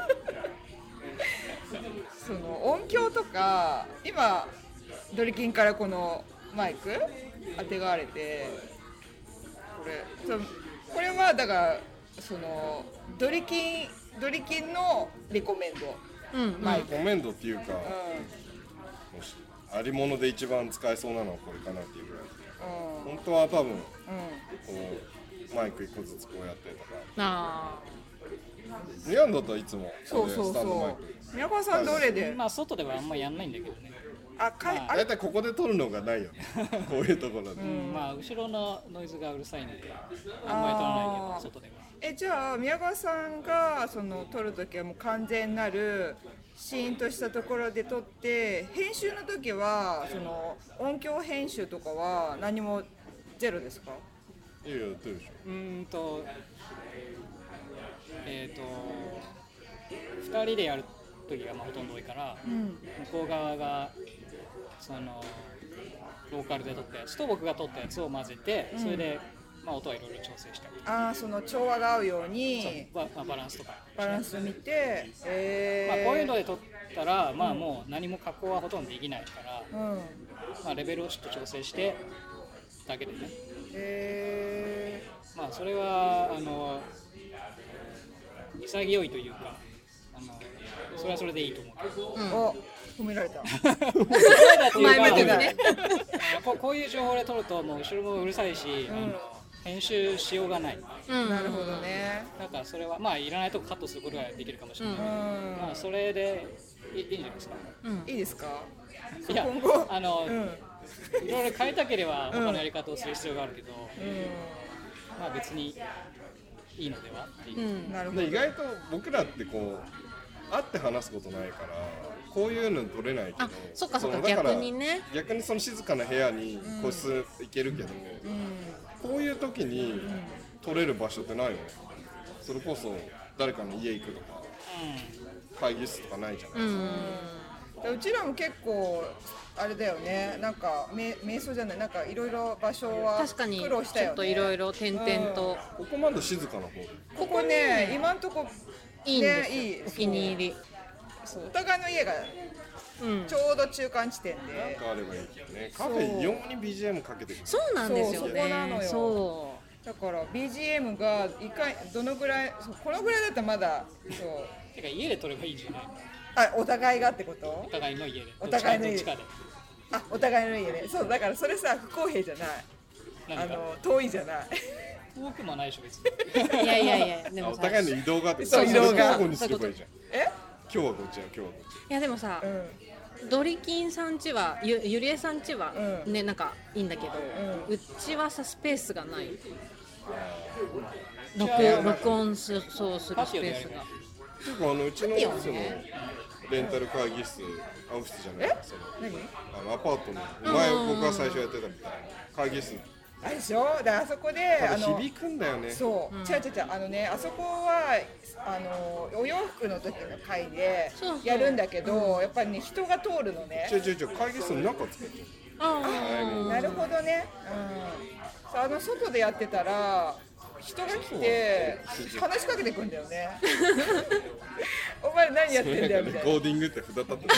その音響とか今ドリキンからこのマイクあてがわれてこれそうこれはだからそのドリキンドリキンのリコメンド。 うんうん。 マイク。 コメントっていうか、 うもしありもので一番使えそうなのはこれかなっていうぐらい。 んうん本当は多分うん。 こうマイク一個ずつこうやってとか。 あニャンだったらいつもそうそうスタンドマイそク。 う。宮川さんどれで？ まあ外ではあんまやんないんだけどね。 あかいまああれだいたいここで撮るのがないよね。こういうところで。 うん、まあ後ろのノイズがうるさいのであんまり撮らないけあーど外では。 えじゃあ宮川さんがその撮るときはもう完全なるシーンとしたところで撮って編集の時はその音響編集とかは何もゼロですか？ いやいややってるでしょ。 うーんとえっ、とふたりでやる時がまあほとんど多いから、 うん向こう側がそのローカルで撮ったやつと僕が撮ったやつを混ぜて、それでまあ音はいろいろ調整したり、 ああその調和が合うようにそうババランスとか、 バランス見てえー、 まあ、こういうので撮ったら、まあもう何も加工はほとんどできないから、 うんまあ、レベルをちょっと調整してだけでね、 えまあそれはあの潔いというか、あのそれはそれでいいと思うけど、 ー、お褒められた前向きにね。 ここういう情報で撮るともう後ろもうるさいし、あの編集しようがない。 うん。 なるほどねだからそれはまあいらないとこカットすることができるかもしれない。 うんまあそれでいいいいんじゃないですか。 いいですか？ いや今後あの、 うんいろいろ変えたければ他のやり方をする必要があるけど、 うんまあ別にいいのではっていう、 うん、なるほど。 で意外と僕らってこう会って話すことないからこういうの取れないけど、 あ、そっかそっか、 のだから逆にね逆にその静かな部屋に個室行けるけど、 うん、 こういう時に取れる場所ってないよね。それこそ誰かの家行くとか、うん、会議室とかないじゃないですか、 うん、うちらも結構あれだよね、なんか瞑想じゃない、なんかいろいろ場所は苦労したよね。 ちょっといろいろ点々と、 うん、ここまだ静かな方で、 ここね、今んとこいいんですよ、 ね、いいお気に入り。 そう、お互いの家がちょうど中間地点で、 なんかあればいいけどね。カフェ用に ビージーエム かけてくる。 そうなんですよね。 そう、そこなのよ。 そうだから ビージーエム がいかどのぐらい、そうこのぐらいだったらまだそう。 てか家で撮ればいいんじゃない？ あ、お互いがってこと？ お互いの家で。 お互いの家どっちかで。 あ、お互いの家で。そうだからそれさ不公平じゃない。あの遠いじゃない。 遠くもないでしょ別に。 いやいやいや、でもお互いの移動があって、 そう移動が交互にすればいいじゃん。 え？ 今日はこっちや、今日はこっち。 いやでもさ、 うん、 ドリキンさんちはゆゆりえさんちは、 うん、 ねなんかいいんだけど、 うん、 うちはさスペースがない。録録音すそうするスペースが。 結構あのうちのそのレンタル会議室、オフィスじゃないその何？ あのアパートの前僕が最初やってたみたいな会議室。 あれでしょ？であそこであの響くんだよね。 そう、うん、違う違う違うあのねあそこはあのお洋服の時の会でやるんだけど、そうそうやっぱりね人が通るのね。 違う違う違う会議室の中作ってる。 ああなるほどね。うん。あの外でやってたら人が来て話しかけてくんだよね。お前何やってんだよみたいな。 コーディングって札立ってる。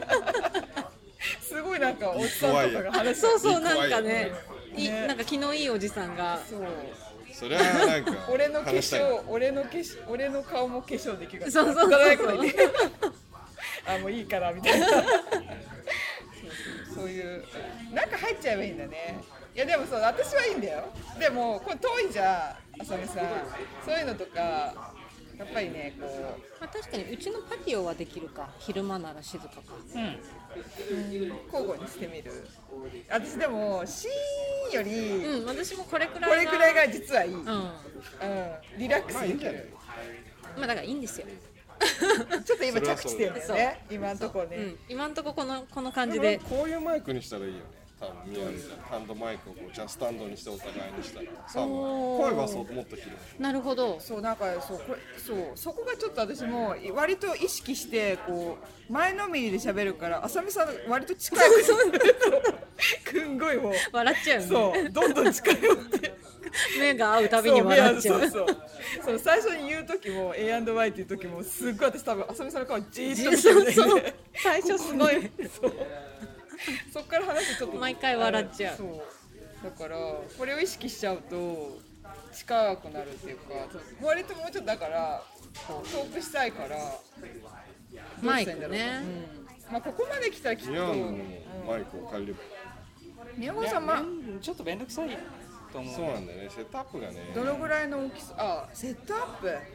すごいなんかおっさんとかが話そうそうなんかね。いね、 なんか気のいいおじさんがそうそれはなんか俺の化粧俺の化粧俺の顔も化粧できるからそうそうそうそうあもういいからみたいなそうそうそういうなんか入っちゃえばいいんだね。いやでもそう私はいいんだよ。でもこれ遠いじゃんあさみさん。そういうのとかやっぱりねこう、 まあ、確かにうちのパティオはできるか昼間なら静かか、 うん、 うん交互にしてみる。私でもシーンより、 うん、私もこれくらいこれくらいが実はいい、うんうん、 リラックスまあいいんじゃない。 まあだからいいんですよちょっと今着地点だよね今んとこね、 うん、今んとここのこの感じでこういうマイクにしたらいいよね。多分宮みたいなハンドマイクをこうじゃあスタンドにしてお互いにしたらさ声はそうもっと広い。 なるほど。 そうなんかそうこれそうそこがちょっと私も割と意識してこう前のめりで喋るからあさみさん割と近いくんごいもう笑っちゃうね。 そうどんどん近寄って目が合うたびに笑っちゃう。 そうそうそうその最初に言う時も エーアンドワイ っていう時もすっごい私多分あさみさんの顔じーっと見てるんだよね。 最初すごいそうそっから話してちょっと毎回笑っちゃう。 そうだからこれを意識しちゃうと近くなるっていうか割ともうちょっとだからトークしたいからマイクね、 うんまあ、ここまで来たらきっと宮のマイクを借りれば宮本さん、ま、 ちょっとめんどくさいと思う。 そうなんだよねセットアップがねどのぐらいの大きさあセットアップあ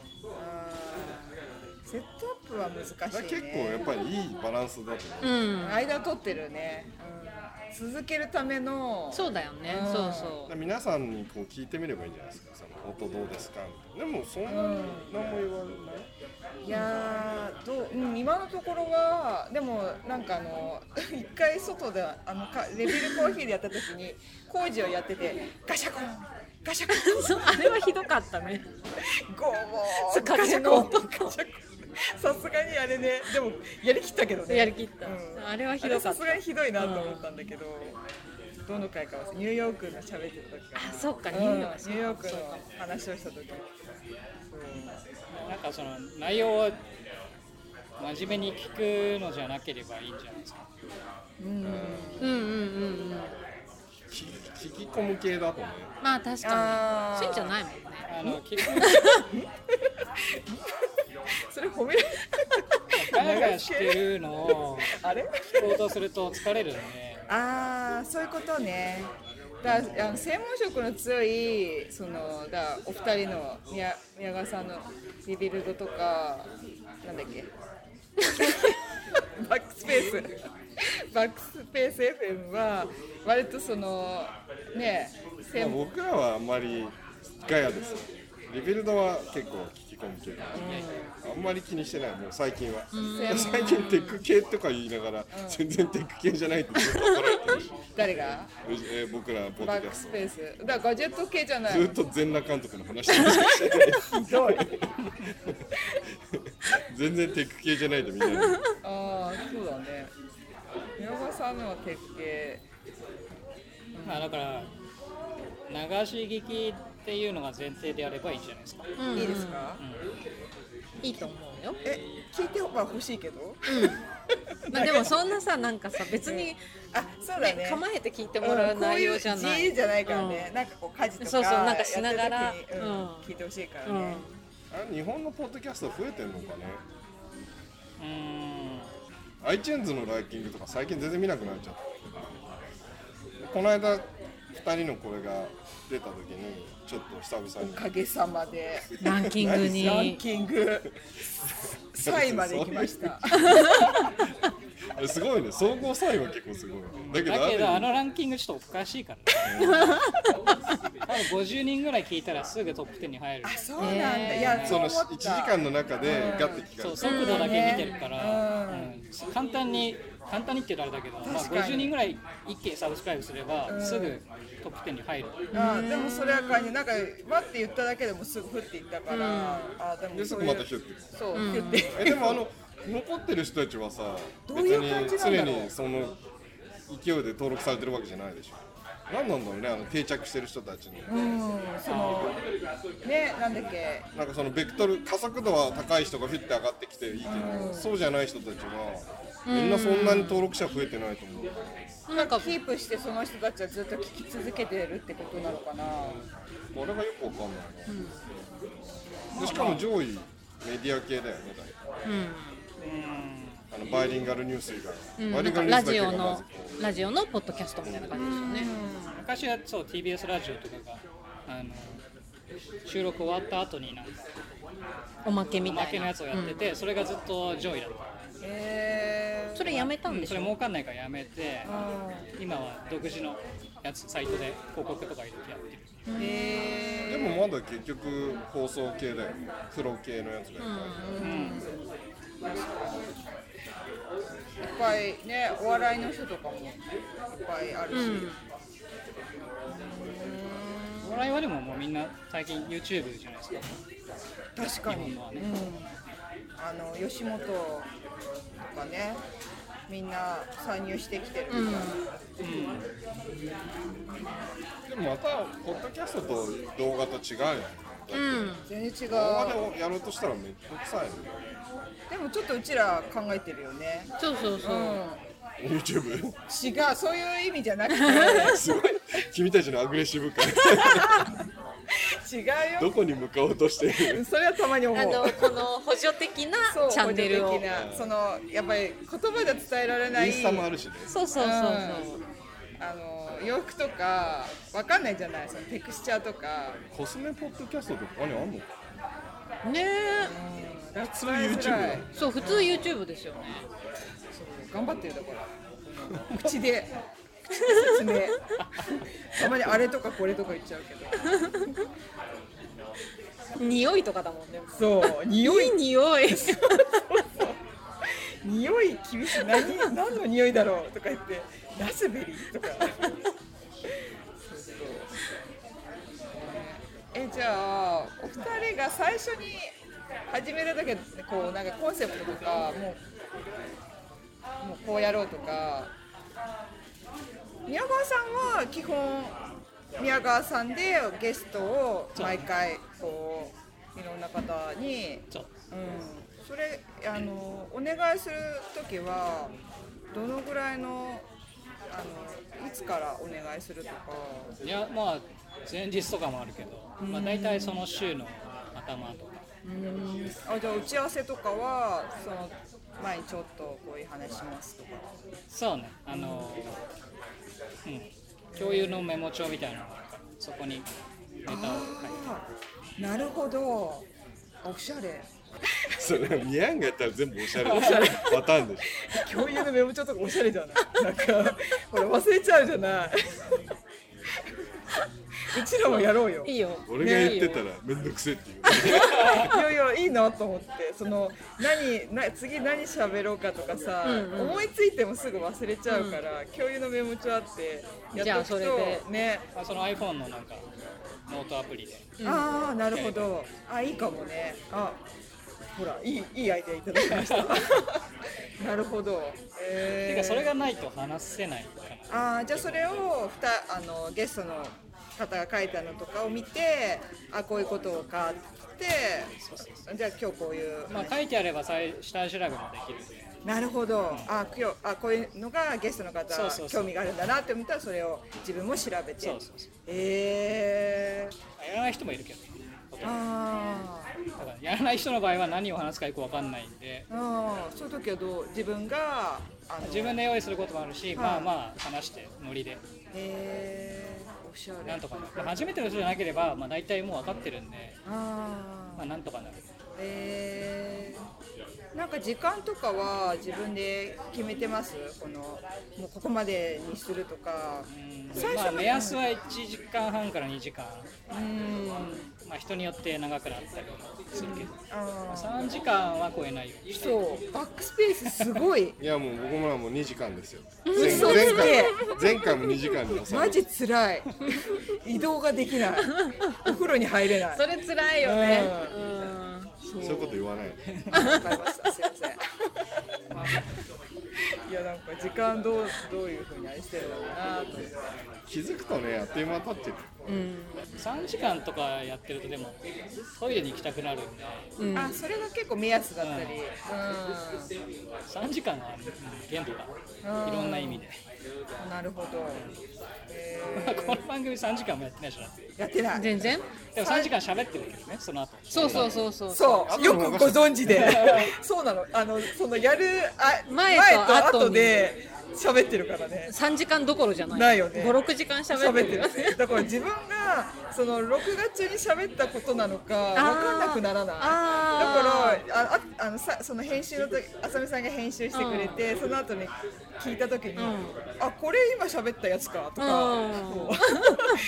セットアップは難しいね。 結構やっぱりいいバランスだとう思う、 ん、 間取ってるね、うん、続けるためのそうだよね、うん、そうそう皆さんにこう聞いてみればいいんじゃないですか。その音どうですかみたいな。でもそんなに何も言われない、 いやーどう、うん、今のところはでもなんかあの一回外であのかレビルコーヒーでやった時に工事をやっててガシャコンガシャコンそうあれはひどかったねゴーゴーガシャコンガシャコンさすがにあれねでもやりきったけどねやりきった、 うん、 あれはひどかった。 さすがにひどいなと思ったんだけど、うん、どの回かはニューヨークが喋ってた時かな。 あそっかニュューヨーク、 うん、ニューヨークの話をした時なんかその内容を真面目に聞くのじゃなければいいんじゃないですか。 うんうんうんうんうん聞き込む系だとね。 まあ確かにそういうんじゃないもんね。 あの聞くそれ褒められガヤガヤしてるのをあれ聞こうとすると疲れるんで。 ああそういうことね。だからあの専門職の強いそのだお二人の 宮, 宮川さんのリビルドとかなんだっけバックスペースバックスペース エフエム は割とそのねまあ、僕らはあんまりガヤですよ。 リビルドは結構聞き込むけど、うん、あんまり気にしてないもう最近は、うん、最近テック系とか言いながら、うん、全然テック系じゃないってずっと怒られてるし誰が、 えー、僕らポッドキャストバックスペースだからガジェット系じゃないずっと全裸監督の話してましたひどい全然テック系じゃないでみんなああそうだね宮川さんのはテック系、 うん、まあだから流し聞きっていうのが前提でやればいいじゃないですか、 うん、いいですか、 うん、いいと思うよえ聞いては欲しいけど、 うん、まあでもそんなさなんかさ別にあそうだね構えて聞いてもらう内容じゃない、うん、こういう自由じゃないからね、うん、なんかこう家事とかそうそうなんかしながら、 うん、聞いてほしいからね、 うん、あ日本のポッドキャスト増えてんのかねうーん iTunes のランキングとか最近全然見なくなっちゃったこの間ふたりのこれが出た時にちょっと久々におかげさまでランキングにランキングさいまで行きましたすごいね総合さいは結構すごいだけど、だけどあのランキングちょっとおかしいからね多分ごじゅうにんぐらい聞いたらすぐトップじゅうに入るあそうなんだいやそのいちじかんの中でガッて聞かれる、 そう速度だけ見てるから、うんうん、簡単に簡単にって言うとあれだけど、まあ、ごじゅうにんぐらい一気にサブスクライブすれば、うん、すぐトップじゅうに入るあでもそれは感じなんかわって言っただけでもすぐ降っていったから、うん、あでもですぐまたヒュッてそう、うん、ヒュッてえでもあの残ってる人たちはさ別に常にその勢いで登録されてるわけじゃないでしょ何なんだろうねあの定着してる人たちのうんそのねなんだっけなんかそのベクトル加速度は高い人がフィッて上がってきていいけど、うん、そうじゃない人たちはみんなそんなに登録者増えてないと思う、 うん、なんかキープしてその人たちはずっと聞き続けてるってことなのかなこれがよくわかんないな、うん、でしかも上位メディア系だよね大体、うんあのバイリンガルニュース以外、 うん、バイリンガルニュースだけがまずラジオのポッドキャストみたいな感じですよね、 うん、昔はそう ティービーエス ラジオとかがあの収録終わった後になんかおまけみたいなおまけのやつをやってて、うん、それがずっと上位だったへーそれやめたんでしょ、 うん、それ儲かんないからやめて今は独自のやつサイトで広告とか入れてやってるへでもまだ結局放送系だよねプロ系のやつがいっぱい、うんうんいっぱいね、お笑いの人とかもいっぱいあるし、うん、 お笑いはでももうみんな最近 YouTube じゃないですか確かに、ねうん、あの吉本とかねみんな参入してきてるから、うんうん、 でもまたポッドキャストと動画と違うよね、 うん、全然違う動画でやろうとしたらめっちゃくさいねでもちょっとうちら考えてるよねそうそうそう、うん、 YouTube？ 違う、そういう意味じゃなくてすごい、君たちのアグレッシブ感違うよどこに向かおうとしているそれはたまに思うあのこの補助的なチャンネルを補助的なそのやっぱり言葉で伝えられないインスタもあるしねそうそうそうそう、うん、 あの洋服とかわかんないじゃないそのテクスチャーとかコスメポッドキャストとか他にあんのかねえ、 うん、普通 YouTube そう普通 YouTube ですよねそう頑張ってるだから口で説明たまにあれとかこれとか言っちゃうけど匂いとかだもんねそう匂いいい匂い匂い厳しい 何, 何の匂いだろうとか言ってラズベリーとかそうそうえじゃあお二人が最初に始めるだけこうなんかコンセプトとかもうもうこうやろうとか宮川さんは基本宮川さんでゲストを毎回こういろんな方にそう、 うん、それあのお願いするときはどのぐらいのあのいつからお願いするとかいやまあ前日とかもあるけど、まあ、大体その週の頭とかうんあじゃあ打ち合わせとかはその前にちょっとこういう話しますとかそうねあの、うん、共有のメモ帳みたいなのがあるからそこにネタを書いてなるほどおしゃれそれニャンがやったら全部おしゃれおしゃれパターンでしょ共有のメモ帳とかおしゃれじゃないなんかこれ忘れちゃうじゃないうちらもやろうよ。 いいよ。 俺が言ってたらめんどくせえっていう、 いやいやいいなと思って、その何な次何喋ろうかとかさ、うんうん、思いついてもすぐ忘れちゃうから、うん、共有のメモ帳あってやっとくとね。 あ、その iPhone のなんかノートアプリで、 うん、ああなるほど、あいいかもね。あほらいいいいアイデアいただきましたなるほど、 えー、てかそれがないと話せないかな。あじゃあそれをふたあのゲストの方が書いたのとかを見て、あこういうことをかってそうそうそう、じゃあ今日こういう、 まあ、書いてあれば下調べもできる。 なるほど、うん、あ今日あこういうのがゲストの方そうそうそう興味があるんだなって思ったらそれを自分も調べて。 そうそうそう、 えー、やらない人もいるけど、 あだからやらない人の場合は何を話すかよく分かんないんで、 あそういう時はどう自分があの自分で用意することもあるし、まあまあ話してノリで、へえー、おしゃれなんとかなる。初めての人じゃなければ、まあ、大体もう分かってるんで、あまあなんとかなる。 えー、なんか時間とかは自分で決めてます？このもうここまでにするとか。 うん、まあ、目安はいちじかんはんからにじかん。うんまあ、人によって長くなったりするけど、まあ、さんじかんは超えないようにして。 そうバックスペースすごいいやもう僕ももうにじかんですよ。 前, 前, 回前回もにじかんで収マジつらい移動ができないお風呂に入れない。 それつらいよね、うんうん、そういうこと言わない。 わかりました、すいませんいやなんか時間どうどういう風に愛してるのかなと思って。 気づくとねあっという間経ってる。 うん、さんじかんとかやってるとでもトイレに行きたくなるんで、 うん、あそれが結構目安だったり、うんうん、 さんじかんは限度がいろんな意味で。 なるほど、 えー、この番組さんじかんもやってないでしょ。 やってない全然。 でもさんじかん喋ってるけどね、その後。 そうそうそうそうそうよくご存知でそうなの、あのそのやるあ前と後で喋ってるからね。 さんじかんどころじゃない。 ないよね。 ご、ろくじかん喋ってるよね。 だから自分がその録画中に喋ったことなのか分かんなくならない。だからああのさその編集の時、あさみさんが編集してくれて、うん、その後に聞いた時に、うん、あこれ今喋ったやつかとか、うん、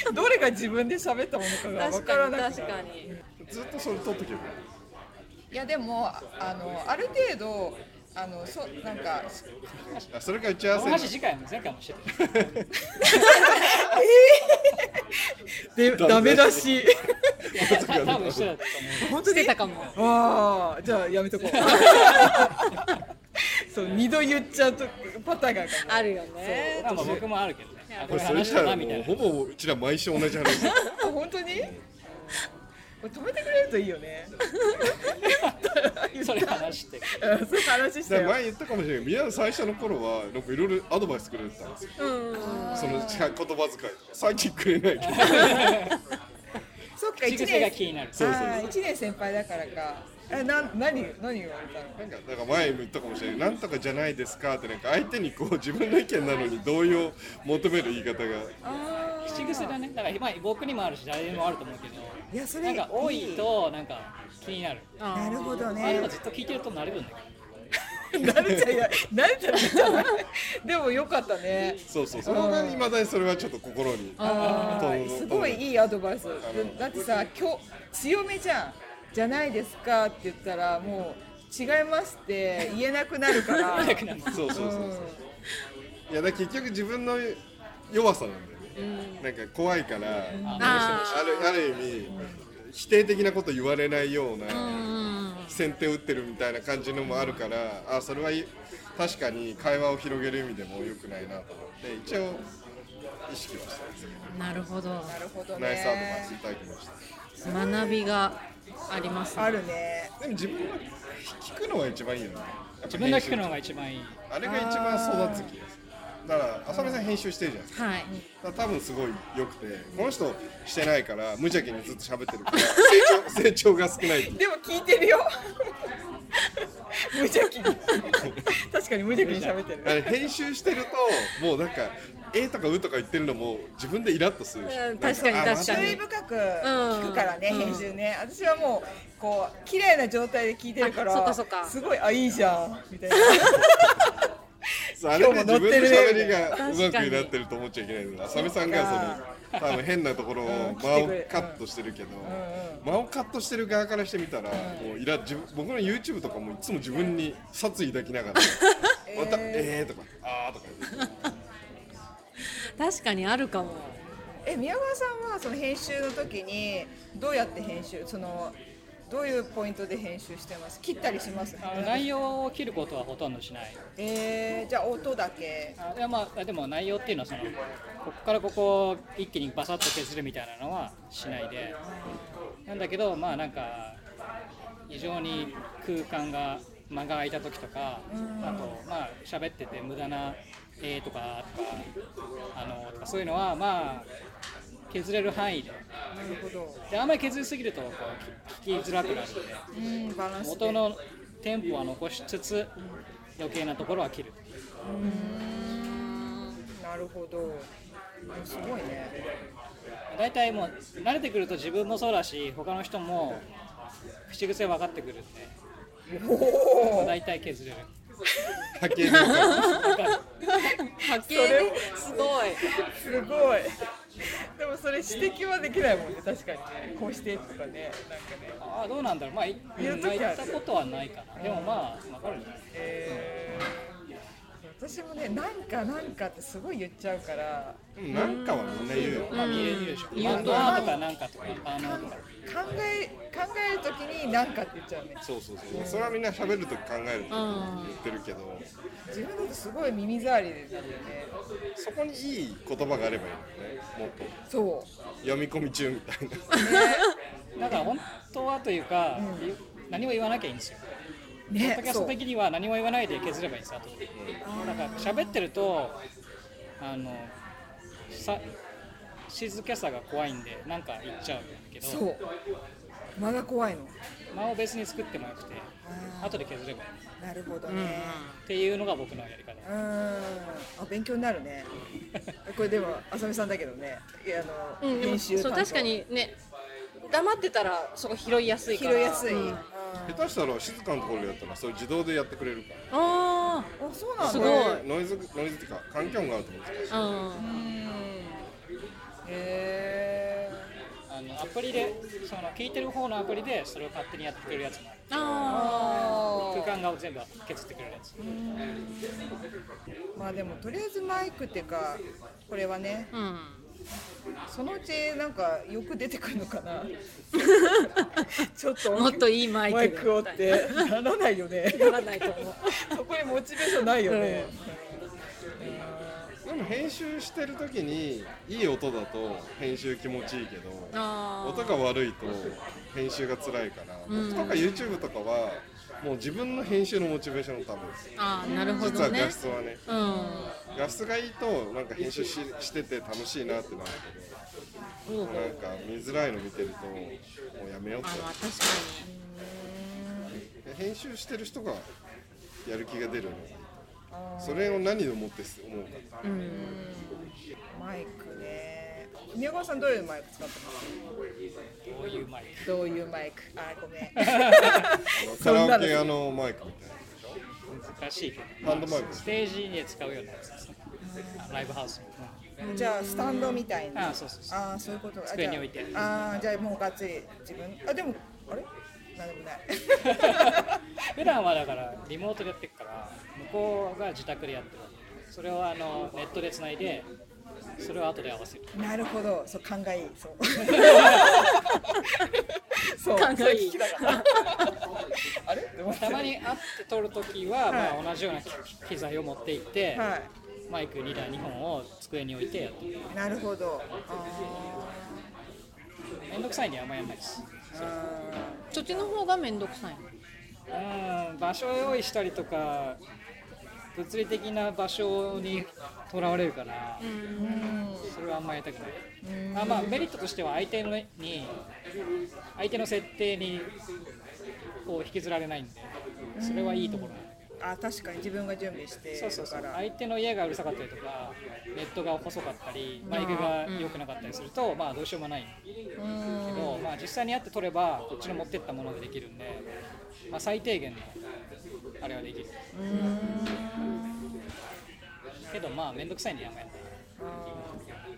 どれが自分で喋ったものかが分からなくて。 確かに。 ずっとそれ撮っとけば。 いやでもあのある程度。あのそなんかそれから打ち合わせ。 マジ次回も前回もしてた。 えー、でダメだし。 多分してたと思う。 本当にしてたかも。 ああじゃあやめとこう。そう二度言っちゃうとパターンがあるよね。 まあ僕もあるけどね。 これ話したらもうほぼうちら毎週同じ話。 本当に？これ止めてくれるといいよね。 それ話して。 それ話してよ。 前言ったかもしれないけど、宮田最初の頃はなんかいろいろアドバイスくれてたんですよ。その言葉遣い。最近くれないけど。 そっか一年が気になる。 そうそうそう。一年先輩だからか。えな何何言われたの？なんかだから前も言ったかもしれない。なんとかじゃないですかってなんか相手にこう自分の意見なのに同意を求める言い方が。 口癖だね。だからまあ僕にもあるし誰にもあると思うけど。 いやそれなんか多いとなんか気になる。 なるほどね。 あでもずっと聞いてると慣れるんだけど。慣れちゃいや慣れちゃうじゃない。でもよかったね。 そうそうそのが未だにそれはちょっと心に。 すごいいいアドバイス。だってさ今日強めじゃん。じゃないですかって言ったらもう違いますって言えなくなるから。 そうそうそうそう。いやだ結局自分の弱さなんだよね。なんか怖いから、ある、ある意味否定的なこと言われないような先手打ってるみたいな感じのもあるから、あそれは確かに会話を広げる意味でも良くないなと思って一応意識はしたんですけど。 なるほど。 なるほどね。 ナイスアドバイスいただきました。学びがありますね。 あるね。 でも自分が聞くのが一番いいよね。 自分が聞くのが一番いい。 あれが一番育つ気がする。だから浅見さん編集してるじゃないですか。 はい。 だから多分すごい良くて、この人してないから無邪気にずっと喋ってるから成長成長が少ない。 でも聞いてるよ。無邪気に。確かに無邪気に喋ってる。 あれ編集してるともうなんか。えとかうとか言ってるのも自分でイラッとするし、 うん、確かに確かに注意深く聞くからね、うん、編集ね。私はもうこう綺麗な状態で聞いてるから、 そっかそっかすごいあいいじゃんみたいな。 あれで自分の喋りがうまくなってると思っちゃいけないの。あさみさんがその多分変なところを間をカットしてるけど、間をカットしてる側からしてみたら、もういら自分僕の YouTube とかもいつも自分に殺意抱きながらまたえーとかあーとか確かにあるかも。 え宮川さんはその編集の時にどうやって編集そのどういうポイントで編集してます？切ったりします？ あの内容を切ることはほとんどしない。 えー、じゃあ音だけ。 あいや、まあ、でも内容っていうのはそのここからここを一気にバサッと削るみたいなのはしないで、なんだけどまあなんか非常に空間が間が空いた時とか、あとまあ喋ってて無駄な「えー」とかとかあのとかそういうのはまあ削れる範囲で。 なるほど。 であんまり削りすぎるとこう聞きづらくなるので、 うんバランス元のテンポは残しつつ余計なところは切る。 うーんなるほど。すごいね。 だいたいもう慣れてくると自分もそうだし他の人も口癖分かってくるんで、だいたい削れる。 波形なんか波形すごいすごい。でもそれ指摘はできないもんね、確かにね。こうしてとかね、なんかね。 ああどうなんだろう、まあい言ったことはないかな。でもまあ分かるんじゃない。 えー私もね、なんかなんかってすごい言っちゃうから。 なんかはみんな言うよ。 まあ見えるでしょ。 言うとかとかなんかとかあのとか。 考え考えるときになんかって言っちゃうね。 そうそうそう。それはみんな喋るとき考えるとき言ってるけど、 自分だとすごい耳障りですよね。 そこにいい言葉があればいいのね。もっとそう読み込み中みたいな。 だから本当はというか、何も言わなきゃいいんですよ。ポッねドキャスト的には何も言わないで削ればいいんですよ。後でなんか喋ってるとあのさ静けさが怖いんでなんか言っちゃうんだけど、 そう間が怖いの。 間を別に作ってもよくて後で削ればいいなるほどね。 っていうのが僕のやり方。 うんあ勉強になるね。これでもあさみさんだけどね、いやあの、 うん、 編集そう確かにね黙ってたらそこ拾いやすいから拾いやすい。 うん下手したら静かなところでやったらそれ自動でやってくれるから。 ああそうなんだ。 すごいノイズノイズっていうか環境音があると思うんですよ。 あ、うん、 うんへあのアプリでその聞いてる方のアプリでそれを勝手にやってくれるやつもある。 ああ空間が全部削ってくれるやつ。 まあでもとりあえずマイクっていうかこれはね、 ーうんそのうちなんかよく出てくるのかな。ちょっともっといいマイクマイクをってならないよね。 ならないと思う。 そこにモチベーションないよね。 でも編集してる時にいい音だと編集気持ちいいけど、 あ音が悪いと編集が辛いから、僕とか YouTube とかはもう自分の編集のモチベーションのためです。 あーなるほ実はどね。 画質はね、 うん画質がいいとなんか編集 し, してて楽しいなってなるけど、なんか見づらいの見てるともうやめようってあまあ確か編集してる人がやる気が出るの。それを何をもって思うか。 に、うん、 マイクね。宮川さんどういうマイク使ってます？ どういうマイク？ どういうマイク？あごめん。 カラオケ屋のマイクみたいな。 難しいけど、 ハンドマイク。 ステージで使うようなやつですね。ライブハウスの。 じゃあスタンドみたいな。 あそうそうそう。 ああそういうこと。 机に置いて。 ああじゃあもうがっつり自分。あでもあれ？なんでもない。 普段はだからリモートでやってるから向こうが自宅でやってるわけ。それをあのネットでつないでそれを後で合わせる。 なるほど。そう勘がいい。そう。 そう勘がいい。 あれ？ たまに会って撮るときは、まあ同じような機材を持って行って、 はい。 マイクにだいにほんを机に置いてやってる。 なるほど。あめんどくさいんであんまやんないです。 あそっちの方がめんどくさいの。 うん場所を用意したりとか物理的な場所にとらわれるからそれはあんまやりたくない。あまあメリットとしては相手のに相手の設定にこう引きずられないんでそれはいいところなんだけど。 あ確かに自分が準備してそうそうそうるから。 相手の家がうるさかったりとかネットが細かったりマイクが良くなかったりするとまあどうしようもないけど、まあ、実際にやって撮ればこっちの持ってったものでできるんで、まあ、最低限のあれはできるけどまあめんどくさいんでやんまやんない。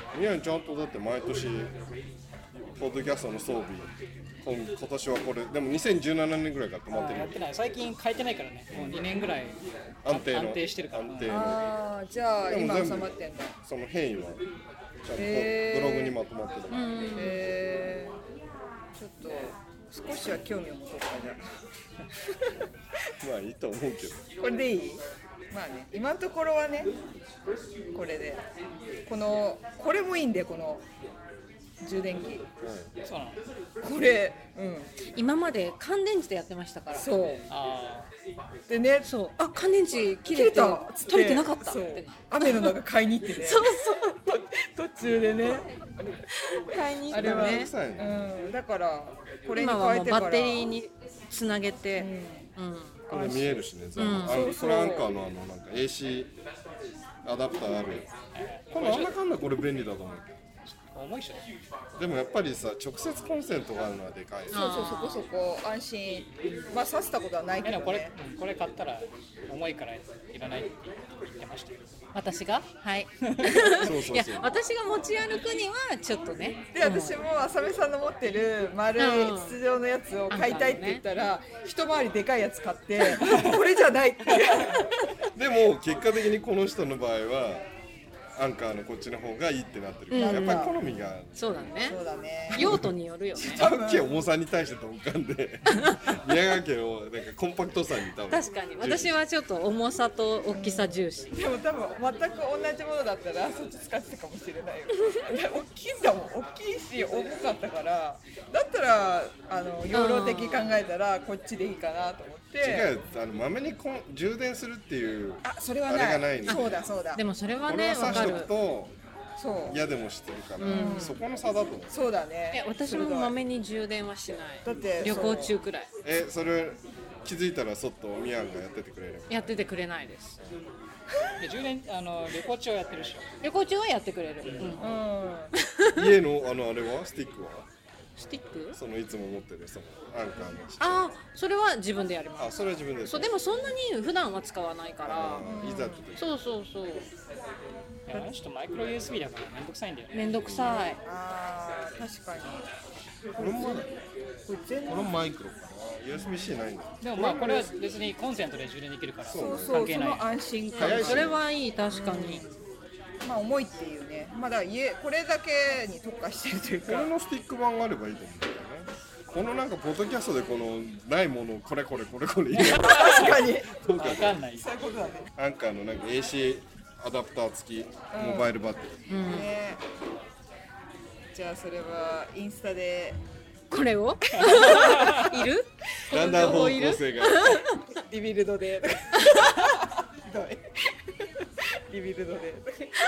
ミヤンちゃんとだって毎年ポッドキャストの装備今, 今年はこれでもにせんじゅうななねんぐらいから止まってる。 やってない。最近変えてないからね。もうにねんぐらい安定の安定してるから。 安定の。 ああ、じゃあ今収まってんだ。 その変異はちゃんとブログにまとまってる。 へえー、ちょっと少しは興味を持とうかじゃまあいいと思うけど。 これでいい？まあね、今のところはね、これでこのこれもいいんで、この充電器、うん、 そうなのこれ、うん、 今まで乾電池でやってましたから。 そうあでね、 そうあ乾電池切れて切れた取れてなかったっそうて雨の中買いに行ってねそう途中でね買いに行あれは、 ったね。 うん、だからこれに今はもう変えてからバッテリーにつなげて、 うんうんこれ見えるしね、全部、 うんあのこれアンカーのあのなんか エーシー アダプターある。これなんだかんだこれ便利だと思うけど。 重いっしょ。 でもやっぱりさ、直接コンセントがあるのはでかい。 そうそう、そこそこ安心。まあ刺したことはないけどね。 でもこれ、これ買ったら重いからいらないって言ってましたよ。 私がはいそうそうそういや私が持ち歩くにはちょっとね。 で、私も浅見さんの持ってる丸い筒状のやつを買いたいって言ったら、一回りでかいやつ買ってこれじゃないってでも結果的にこの人の場合はアンカーのこっちの方がいいってなってるから、 うん、 やっぱり好みがそうだね。 そうだね。 用途によるよね。 さっき重さに対して鈍感で宮川家のなんかコンパクトさに多分確かに私はちょっと重さと大きさ重視。 でも多分全く同じものだったらそっち使ってたかもしれないよ。大きいんだもん、大きいし重かったから、だったらあの容量的に考えたらこっちでいいかなと思って。 違う、あのまめにこん充電するっていうあ、それはない。 あれがないの。 そうだそうだ。 でもそれはこれねわかるは刺しとく。とそう。 嫌でもしてるから、 うんそこの差だと思う。 そうだね。 え私もまめに充電はしない。 だって旅行中くらいえ、それ気づいたらそっとミヤンがやっててくれる。 やっててくれないです。 で充電あの旅行中はやってるでしょ。 旅行中はやってくれる。うんうん。 家のあのあれはスティックはスティック？ そのいつも持ってるそのアンカーのちっちゃいああそれは自分でやります。 あ、それは自分で。 そうでもそんなに普段は使わないから。 あーいざって時そうそうそう。 いやちょっとマイクロ ユーエスビー だからめんどくさいんだよね。 めんどくさい。 ああ、確かに。 これもこれ全このマイクロかな ユーエスビーシー ないんだ。 でもまあこれは別にコンセントで充電できるからそうそう、 関係ない。 その安心感。 早いしそれはいい確かに。 まあ重いっていうね。まだ家これだけに特化してるというか。 これのスティック版があればいいと思うんだよね。このなんかポッドキャストでこのないものをこれこれこれこれ入れる確かに。 わかんない。 そういうことだね。 アンカーのなんか エーシー アダプター付きモバイルバッテリー、 うん。 ね。じゃあそれはインスタでこれをいる？ だんだん方向性がリビルドで。ひどい。リビルドで。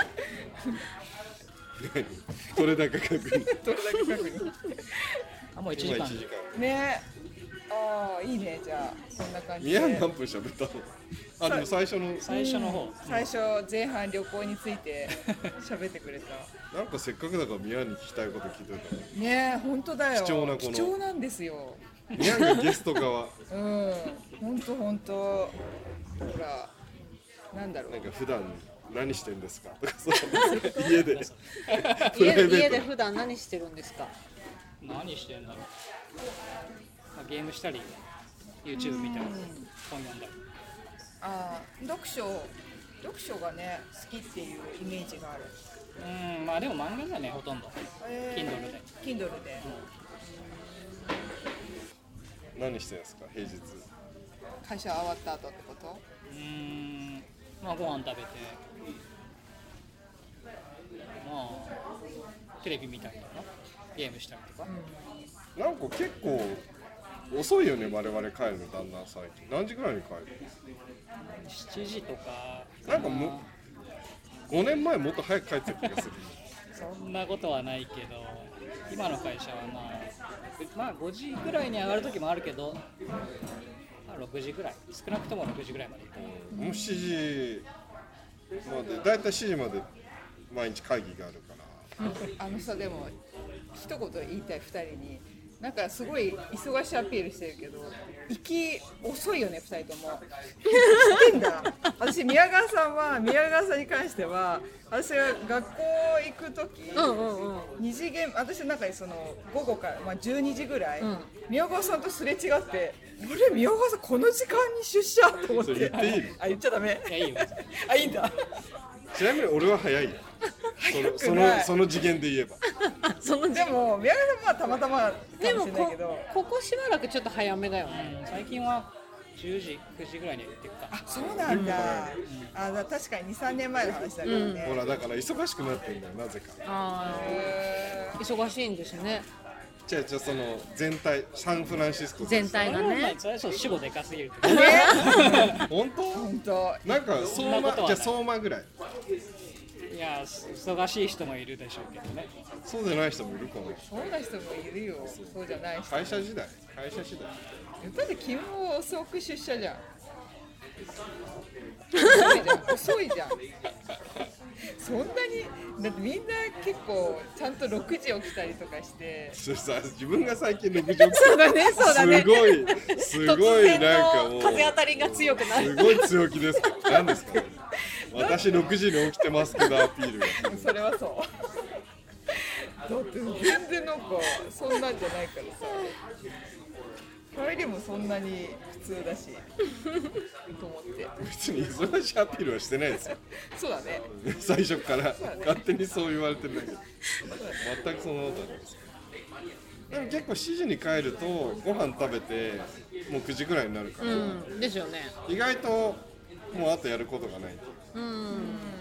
これだけ確認。 どれだけ確認。 あもういちじかん今いち。じかん。 ね。ああ、いいね。じゃあこんな感じ宮で。 何分喋ったの？あ、でも最初の最初の方。 最初前半旅行について喋ってくれた。 なんかせっかくだから宮に聞きたいこと聞いてたの。 ねえ、本当だよ。 貴重なこの貴重なんですよ。 宮がゲスト側。 うん、本当本当。ほら、なんだろうなん。か普段何してんですかとかそう家でプラ家イベート家で普段何してるんですか？ 何してんだろう。まあ、ゲームしたり YouTube 見たり本読んだり。 ああ、読書、読書がね好きっていうイメージがある。 うんまあでも漫画だねほとんど。 え Kindle で。 Kindle で。 何してんですか平日。 会社終わった後ってこと？ うーんまあご飯食べてまあテレビ見たりとかゲームしたりとか。 なんか結構遅いよね我々帰るのだんだん最近。何時ぐらいに帰る？ しちじとか。 なんかもごねんまえもっと早く帰ってた気がする。 そんなことはないけど今の会社はまあまあごじぐらいに上がる時もあるけど、まあ、ろくじぐらい少なくともろくじぐらいまで行く。 もうしちじまでだいたいしちじまで毎日会議があるから。 あのさ、でも一言言いたい二人に。 なんかすごい忙しいアピールしてるけど行き遅いよねふたりとも。知ってんだ。私宮川さんは宮川さんに関しては私が学校行く時、 うんうんうん、 に次元私の中でその午後から、まあ、じゅうにじぐらい、うん、宮川さんとすれ違って俺宮川さんこの時間に出社と思って。 言っていいの？ あ言っちゃダメ。 いやいいよ。 あいいんだ。 ちなみに俺は早いよ。そのそのその次元で言えば。 そのでも宮川さんはたまたまかもしれないけど、 ここしばらくちょっと早めだよね。 うん、最近はじゅうじくじぐらいに行ってくか。 あそうなんだ。うん、あだ確かににさんねんまえの話だからね。うん、 ほらだから忙しくなってるんだよなぜか。 ああ忙しいんですね。 じゃあじゃあその全体サンフランシスコ全体がね。 それはそう主語でかすぎる。 本当？ 本当。 なんか相馬じゃあ相馬ぐらい。 いや忙しい人もいるでしょうけどね。 そうじゃない人もいるかも。 そうな人もいるよ。そうじゃない人。 会社時代会社時代。 だって君も遅く出社じゃん。遅いじゃん。遅いじゃん。そんなにだってみんな結構ちゃんとろくじ起きたりとかして。 それさ自分が最近ろくじ起きた。 そうだねそうだね。 すごいすごいなんかもう風当たりが強くなる。 すごい強気ですか。何ですか。私ろくじに起きてますけどアピールが。 それはそう。だって全然なんかそんなんじゃないからさ。帰りもそんなに普通だしと思って別に忙しいアピールはしてないですよ。 そうだね最初から、ね、勝手にそう言われてるんだけど全くそのことはないです。でも結構しちじに帰るとご飯食べてもうくじぐらいになるから、うん、 ですよね。 意外ともうあとやることがない。 うん、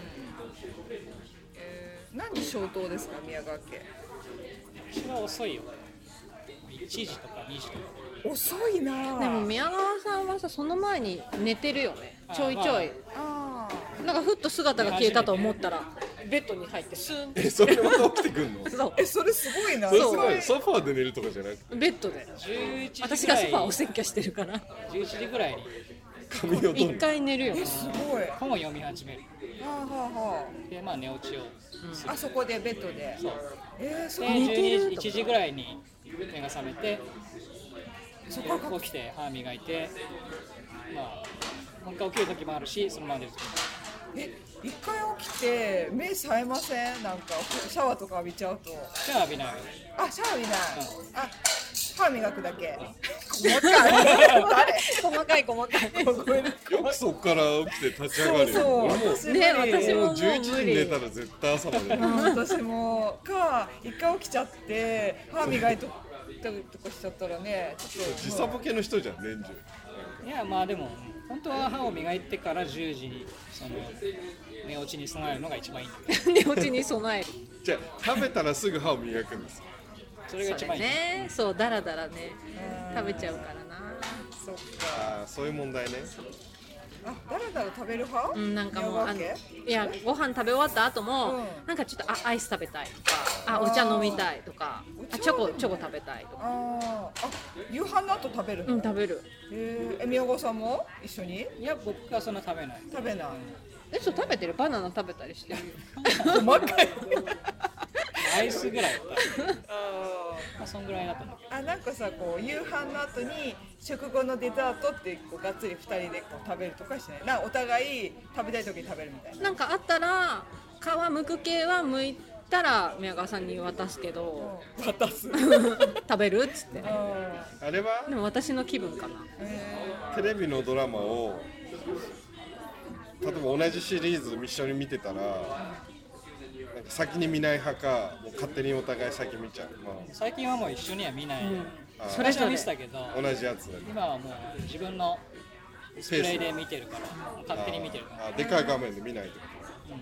えー、何時消灯ですか宮川家。 私は遅いよ。いちじとかにじとか。 遅いな。 でも宮川さんはさその前に寝てるよね。ちょいちょい。ああ。なんかふっと姿が消えたと思ったらベッドに入ってスーンって。 えそれまた起きてくんの？ そう。 えそれすごいな。 それすごい。ソファーで寝るとかじゃなくて。 ベッドで。 じゅういちじ私がソファーを占拠してるから。 じゅういちじぐらいに髪を取る。 一回寝るよ。 えすごい。 本を読み始める。 はあはあはあ。でまあ寝落ちをする。あそこでベッドで。そう。えー、そう寝てる。いちじぐらいに目が覚めて。 そこから起きて歯磨いて、まあもう一回起きる時もあるし、そのまま寝る時もある。え、一回起きて目冴えません？なんかシャワーとか浴びちゃうと。 シャワー浴びない。 あ、シャワー浴びない。うん、あ、歯磨くだけ。細かい。誰？ 細かい細かい。 よくそこから起きて立ち上がるよ。 そうそう。 私ね、私ももうじゅういちじに寝たら絶対朝まで。 私もか一回起きちゃって歯磨いととかしちゃったらね、ちょっと時差ボケの人じゃん年中。 いやまあでも本当は歯を磨いてからじゅうじにその寝落ちに備えるのが一番いい。 寝落ちに備える。 じゃあ食べたらすぐ歯を磨くんです。 それが一番いい。 ね、そうだらだらね食べちゃうからな。 そっか。 ああそういう問題ね。 あ、だらだら食べる派？ うん、なんかもうあのいやご飯食べ終わった後も、うん、なんかちょっとあアイス食べたいとか、あお茶飲みたいとか、あチョコチョコ食べたいとか。 ああ、夕飯の後食べるの？ うん食べる。 えー、宮川さんも一緒に？ いや僕はそんな食べない。 食べない。 え、そう食べてるバナナ食べたりしてるよ。 細かい。 アイスぐらいだったら。あまあそんぐらいだと思う。 あ、なんかさこう夕飯の後に食後のデザートってこうがっつりふたりでこう食べるとかしない。なんかお互い食べたい時に食べるみたいな。 なんかあったら皮むく系は剥いたら宮川さんに渡すけど。 うん、渡す。 食べるっつって。 あれは？ でも私の気分かな。 テレビのドラマを例えば同じシリーズ一緒に見てたら。なんか先に見ない派か、もう勝手にお互い先見ちゃう。まあ、 最近はもう一緒には見ない。うん、 それぞれ見てたけど、 同じやつ。 今はもう自分のディスプレイで見てるから、勝手に見てるから。 ああ、でかい画面で見ないと。うん。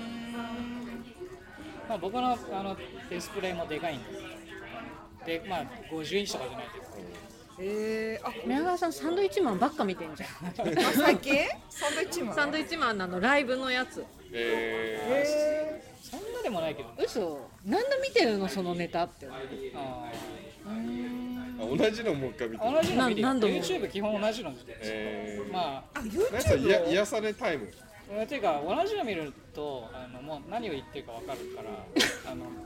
まあ僕のあのディスプレイもでかいんで、でまあごじゅうインチとかじゃないけど。 えー、あ宮川さんサンドイッチマンばっか見てんじゃん。 あ最近サンドイッチマン？ サンドイッチマンのあのライブのやつ。 えー。 えーそんなでもないけど。 嘘。何度見てるのそのネタって。 ああ同じのもう一回見てる。 同じの見てる。 何度も YouTube 基本同じの見てる。 えー、 まあ。 あ YouTube や癒されタイム。 ていうか同じの見るとあのもう何を言ってるか分かるからあの、ま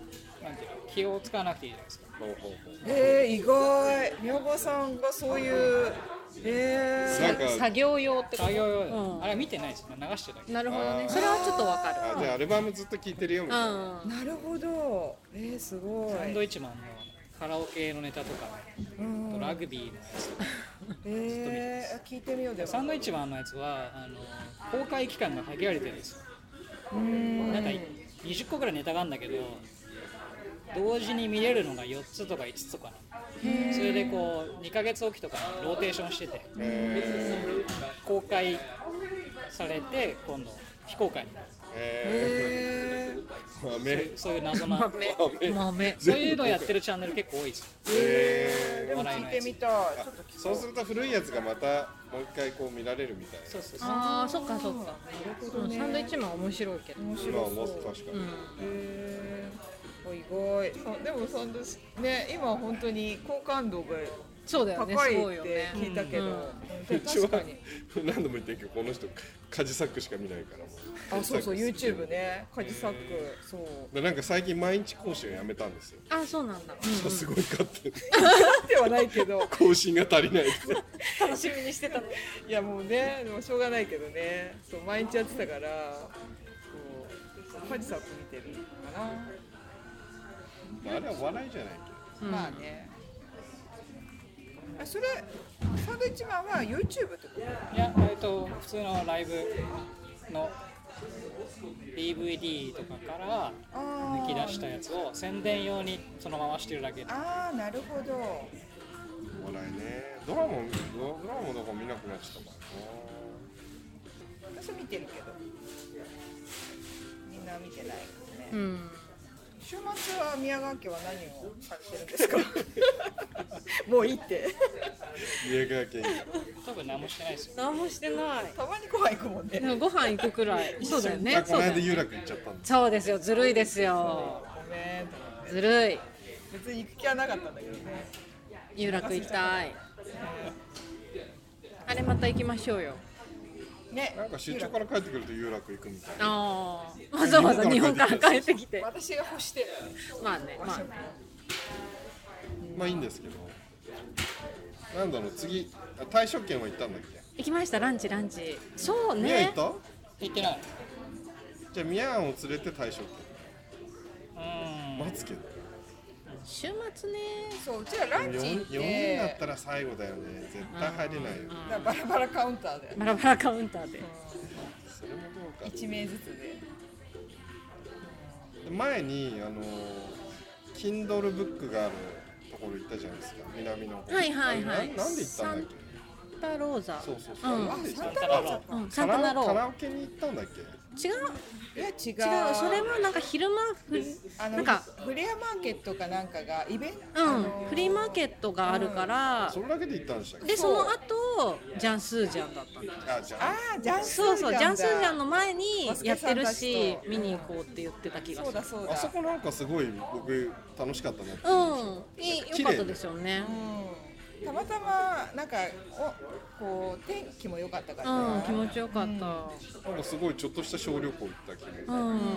なんていうの気を使わなくていいじゃないですか。 えー、意外宮川さんがそういうえー、作業用ってこと作業用、うん、あれ見てないですよ流してたけど。 なるほどねそれはちょっとわかる。 あじゃあアルバムずっと聴いてるよみたいな、 うん、なるほどえー、すごいサンドイッチマンのカラオケのネタとか、うん、ラグビーのやつえー、聞いてみようでもサンドイッチマンのやつはあの公開期間が限られてるんですよ。うんなんかにじゅっこぐらいネタがあるんだけど同時に見れるのがよっつとかいつつとかな。それでこうにかげつおきとかにローテーションしてて公開されて今度非公開になる。 へーそういう謎な豆豆そういうのやってるチャンネル結構多いです。 へーでも聞いてみたい。ちょっとそうすると古いやつがまたもう一回こう見られるみたいな。 そうそうそう。 ああそっかそっか。なるほどね。サンドイッチマン面白いけど。 面白そう。 まあ確かに。 うん、へー意外。でもサンドね今本当に好感度がそうだよね、 高いって聞いたけど、 うちは何度も言ってるけどこの人カジサックしか見ないからもうあそうそう YouTube ねカジサックそうでなんか最近毎日更新をやめたんですよ。 あそうなんだ、 うん、すごい勝ってる勝ってはないけど更新が足りないって楽しみにしてたのいやもうねでもしょうがないけどねそう毎日やってたからそうカジサック見てるかな。あれは笑いじゃないけど、 うん、まあねあそれサンドイッチマンは YouTube ってこといや、えっと、普通のライブの ディーブイディー とかから抜き出したやつを宣伝用にそのまましてるだけで。 ああなるほど笑いね。ドラマもドラマもだから見なくなっちゃったからな。 私は見てるけどみんな見てないからね、 うん週末は宮川家は何をされてるんですかもういいって宮川家多分何もしてないですよ。 何もしてないたまにご飯行くもんね。 でもご飯行くくらいそうだよね。 この間有楽行っちゃったんです。 そうですよずるいですよごめんずるい別に行く気はなかったんだけどね。 有楽行きたいあれまた行きましょうよね、 なんか出張から帰ってくると有楽行くみたいな。 ああ、わざわざ日本から帰ってきて。 私が欲してる。 まあね、まあね。 まあいいんですけど。なんだろう次大食券は行ったんだっけ？ 行きましたランチランチ。そうね。 宮行った？ 行ってない。 じゃあ宮を連れて大食券。 うん。 待つけど。 週末ね。 そう、うちはランチ行って。 よにんだったら最後だよね。絶対入れないよ。 だバラバラカウンターで。 バラバラカウンターで。 それもどうか。 一名ずつで。 前にあの Kindle ブックがあるところ行ったじゃないですか。南の方。 はいはいはい。 なんで行ったんだっけ？ サンタローザ。 そうそうそう。 うん、 なんで行ったサンタローザ。 うん、サンタナロー。 カラオケに行ったんだっけ？ 違う。 いや違う。 違う。それはなんか昼間ふあのなんかフレアマーケットかなんかがイベント、 うんあのフリーマーケットがあるから、 それだけで行ったんでしたっけ？ でその後ジャンスージャンだったんだ。 あじゃあ。 あージャンスージャンそうそうジャンスージャンの前にバスケやってるさんたちしと見に行こうって言ってた気がする。 そうだそうだ。 あそこなんかすごい僕楽しかったなって。 うん、いい良かったですよね。 うん、たまたまなんかおこう天気も良かったから、 うん、気持ちよかった。 なんかすごいちょっとした小旅行行った気分。 うん。 行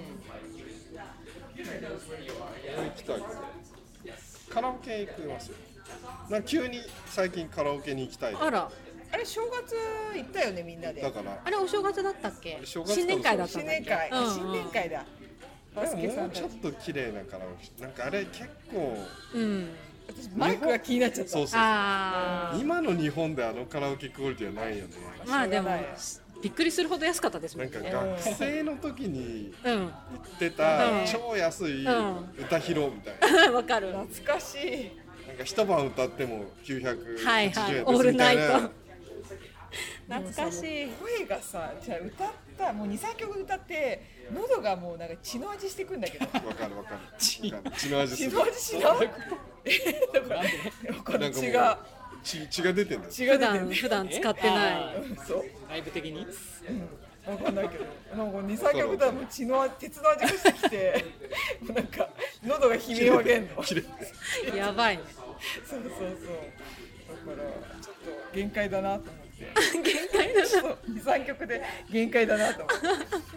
きたい。カラオケ行きますよ。なんか急に最近カラオケに行きたい。 あら、 あれ正月行ったよねみんなで。 だから。 あれお正月だったっけ？ 正月新年会だったんだっけ？ 新年会、 うんうん、 新年会だ。バスケもうさんたちちょっと綺麗なカラオケ。なんかあれ結構。 うん。 私マイクが気になっちゃった。 そうそう。 ああ。 今の日本であのカラオケクオリティはないよね。 まあでもびっくりするほど安かったですもなんんね。 か学生の時にうん。 行ってた超安い歌披露みたいな。 わかる。 懐かしい。 なんか一晩歌ってもきゅうひゃくはちじゅうえんオールナイト。 懐懐かしい。 声がさ、じゃあ歌ったもうにさんきょく歌って喉がもうなんか血の味してくんだけど。 わかるわかる。血の味する。 血の味しない。えだからこの血が血血が出てんだ。 普血が出てる。 段普段使ってない。 そう。 ライブ的に。 わかんないけど、なんかにさんきょく歌も血の鉄の味がしてきて、もうなんか喉が悲鳴を上げんの。 切れて。 やばいね。 そうそうそう。だからちょっと限界だなと思って。 限界だな。 にさんきょくで限界だなと思って。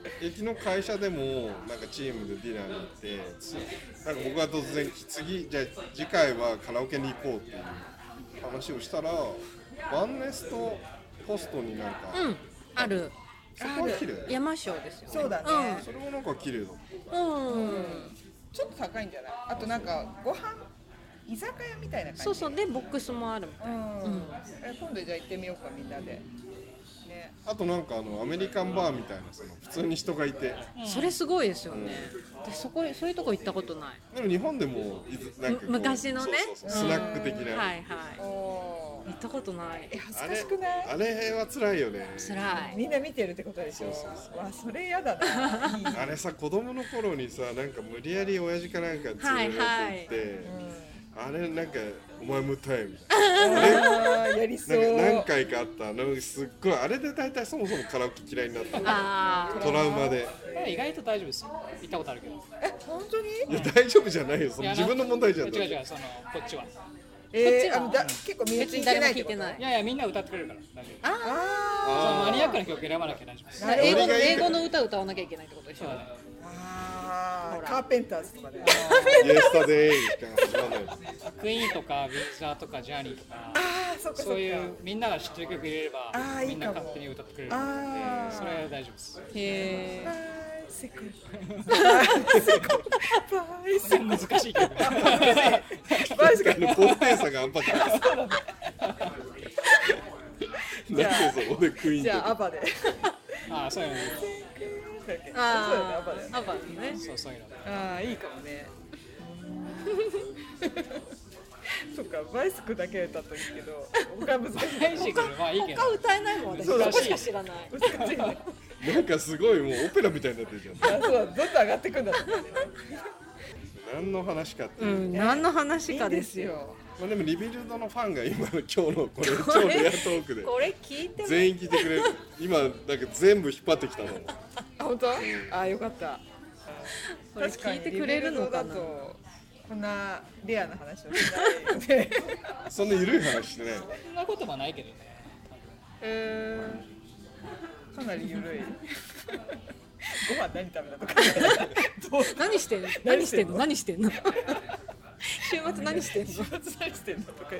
駅の会社でもなんかチームでディナーに行ってなんか僕が突然次じゃあ次回はカラオケに行こうっていう話をしたらワンネストポストになんか、 うん、あるそこは綺麗山椒ですよね。 そうだね、 うん、 それもなんか綺麗だった、 うん、 うん、ちょっと高いんじゃない？あとなんかご飯居酒屋みたいな感じ。 そうそうでボックスもあるみたいな、 うんうん、 え今度じゃあ行ってみようかみんなで、ね、 あとなんかあのアメリカンバーみたいなその普通に人がいて、 うん、それすごいですよね、うん、私そこそういうとこ行ったことない。 でも日本でもなんか昔のねそうそうそうスナック的な、 はいはい行ったことない。 え恥ずかしくない？ あれ、あれは辛いよね。 辛い。 みんな見てるってことでしょ。そうそうそうわそれやだな。 あれさ子供の頃にさなんか無理やり親父かなんか連れて行って、はいはいあれなんかお前無体みたいな。あれやりそう。なんか何回かあったのすっごいあれで大体そもそもカラオケ嫌いになったトラウマで。 意外と大丈夫ですよ。行ったことあるけど。 え本当に？ いや大丈夫じゃないよ。その自分の問題じゃん。 違う違うそのこっちは。 えー、あのだ結構みんな聞いてないってこと？いやいやみんな歌ってくれるから大丈夫。ああマニアックな曲選ばなきゃ大丈夫です。 英語の英語の歌歌わなきゃいけないってことでしょ。 ああカーペンターズとかね。 イエスタデイしか始まらない。 クイーンとかウィザーとかジャーニーとかあそっかそっかそういうみんなが知ってる曲入れればみんな勝手に歌ってくれるのでそれは大丈夫です。 へえ。 セク難しい曲ね。 バイスの高低差が半端ない。 じゃあ俺クイーンじゃあアバで。 ああそういうの。 ああアバね。 そうそういうの。 ああいいかもね。そっかバイスクだけ歌ったんですけど他難しい。 バイシクルまあいいけど。 他歌えないもん私。そこしか知らない。 難しいね。 なんかすごいもうオペラみたいになってるじゃん。 あそうどんどん上がってくんだって。 何の話かっていう、うん、何の話かですよ。 まあでもリビルドのファンが今の今日のこれ超レアトークでこれ聞いて全員聞いてくれる。今なんか全部引っ張ってきたの。 あ本当？あよかった。 これ聞いてくれるのかな。 こんなレアな話をしないので。 そんな緩い話してない。 そんなこともないけどね。 えー、かなり緩い。ご飯何食べたとか。 何してんの？何してんの？何してんの？週末何してんの？ 週末何してんのとか。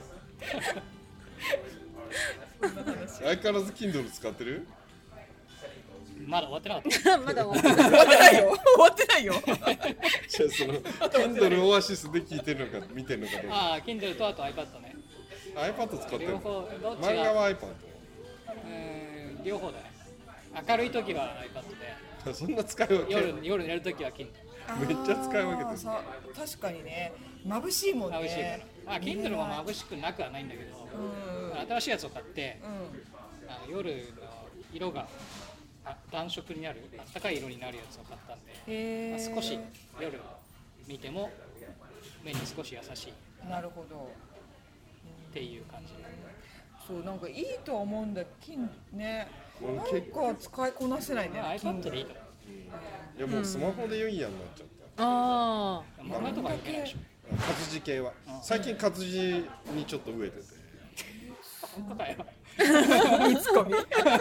相変わらず Kindle 使ってる？ まだ終わってなかった。 まだ終わってない。終わってないよ。終わってないよ。 じゃあその Kindle オアシスで聞いてるのか見てるのかどうか。 ああ Kindle とあと iPad ね。 iPad 使ってる。 両方どっちが？ 漫画は iPad。 うん両方だね。明るい時は iPad で。そんな使い分け。 夜夜寝る時は Kindle。 めっちゃ使い分けてる。 確かにね。眩しいもんね。 眩しいから。あ Kindle も眩しくなくはないんだけど、新しいやつを買って、あの夜の色が暖色になる、暖かい色になるやつを買ったんで、まあ、少し夜見ても目に少し優しい。 なるほど。 っていう感じ。 そうなんかいいとは思うんだ金ね。なんか使いこなせないね。 iPad でいいと。 いやもうスマホで良いやんなっちゃった。 ああ。漫画とかいけないでしょ。 活字系は最近活字にちょっと飢えてて。 本当かよ。 いつこみ。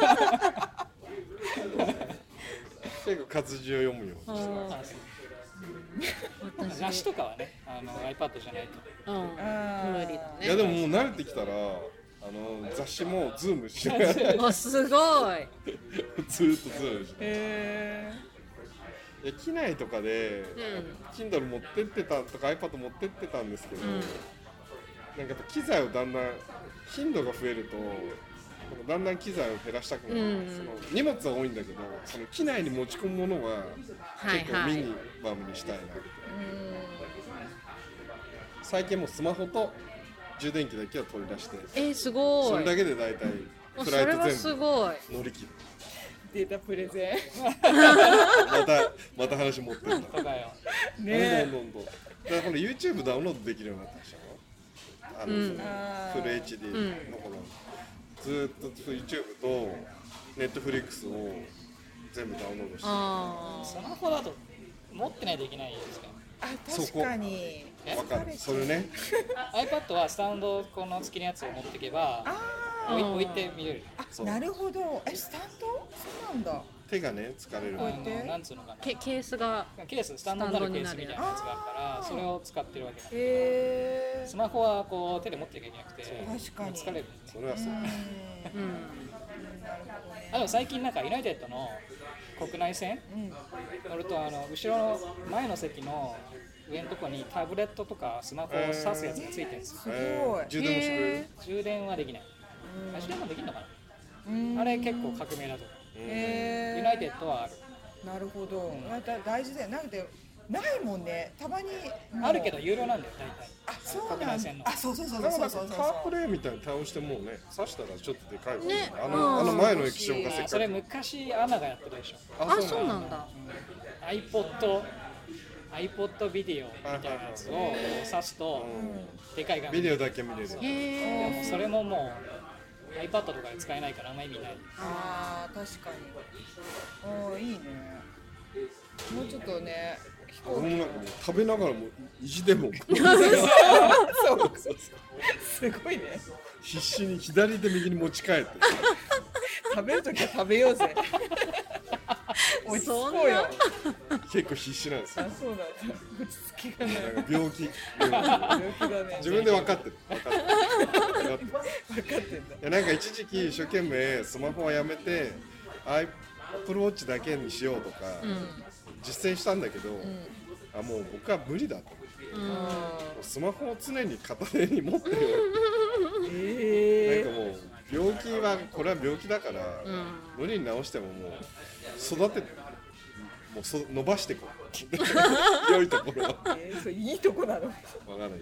結構活字を読むようにしてます。 雑誌とかはね、あの iPad じゃないと。 うん。無理だね。 いやでももう慣れてきたら、あの雑誌もズームしながら。 あすごい。 ずーっとズームして。 へいや機内とかで、うん、Kindle 持ってってたとか iPad 持ってってたんですけど、うん、なんかやっぱ機材をだんだん頻度が増えるとだんだん機材を減らしたくなる、うん、その荷物は多いんだけどその機内に持ち込むものは結構ミニバムにしたいなって、はいはい、最近もうスマホと充電器だけは取り出してえー、すごいそれだけでだいたいフライト全部乗り切るデータプレゼンまたまた話持ってるんだとかよねどんどんどんどんだからこの YouTube ダウンロードできるようになったでしょあの、うん、フル エイチディー のこの、うん、ずっと YouTube と Netflix を全部ダウンロードしてあスマホだと持ってないといけないですかあ確かにわかるそれね iPad はスタンドこの付きのやつを持っていけば置いて見れるあなるほどえスタンドそうなんだっ手がね疲れる。 こうやってなんつうのかな、 ケケースがケーススタンドになるケースみたいなやつがあるからそれを使ってるわけだ。 へスマホはこう手で持っていかなきゃいけなくて確かに疲れるんで、ね、 それはそう。 うんあの最近なんかユナイテッドの国内線乗るとあの後ろの前の席の上のところにタブレットとかスマホを挿すやつがついてるんですよ。 すごい、 えー、充電もしてくれる。 充電はできない。あ充電もできるのかな。 うんあれ結構革命だと思う。 へーユナイテッドはある。 なるほど、うん、だ大事だよ。なんでないもんね。たまにあるけど有料なんだよ大体。 あ、そうなんだ。 国内線の。 あ、そうそうそうだからそうそうそう。 カープレイみたいに倒してもうね、刺したらちょっとでかいもんね。 ねあの、 うんあの前の液晶がせっかく。 それ昔アナがやってるでしょ。 あ、そうなんだ。 うん、iPod iPod ビデオみたいなやつを挿すとでかい画面。 ビデオだけ見れる。 へでもそれももう iPad とかで使えないからあんま意味ない。 ああ、確かに。ああ、いいね。もうちょっとね、飛行機俺もなんかもう食べながらも意地でもそうすごいね。 必死に左で右に持ち替えて食べるときは食べようぜ。落ち着こうよ。 結構必死なんですよ。 あ、そうなんだ。落ち着きがない。 なんか病気病気だね。 自分で分かってる分かってる分かってる分かってんだ。 いやなんか一時期一生懸命スマホはやめて Apple Watch だけにしようとか実践したんだけど、あもう僕は無理だと思って、うん、スマホを常に片手に持ってる、えー、なんかもう病気はこれは病気だから、うん、無理に治してももう育ててもうそ伸ばしてこう良いところは、 えー、それいいとこなの。わかんない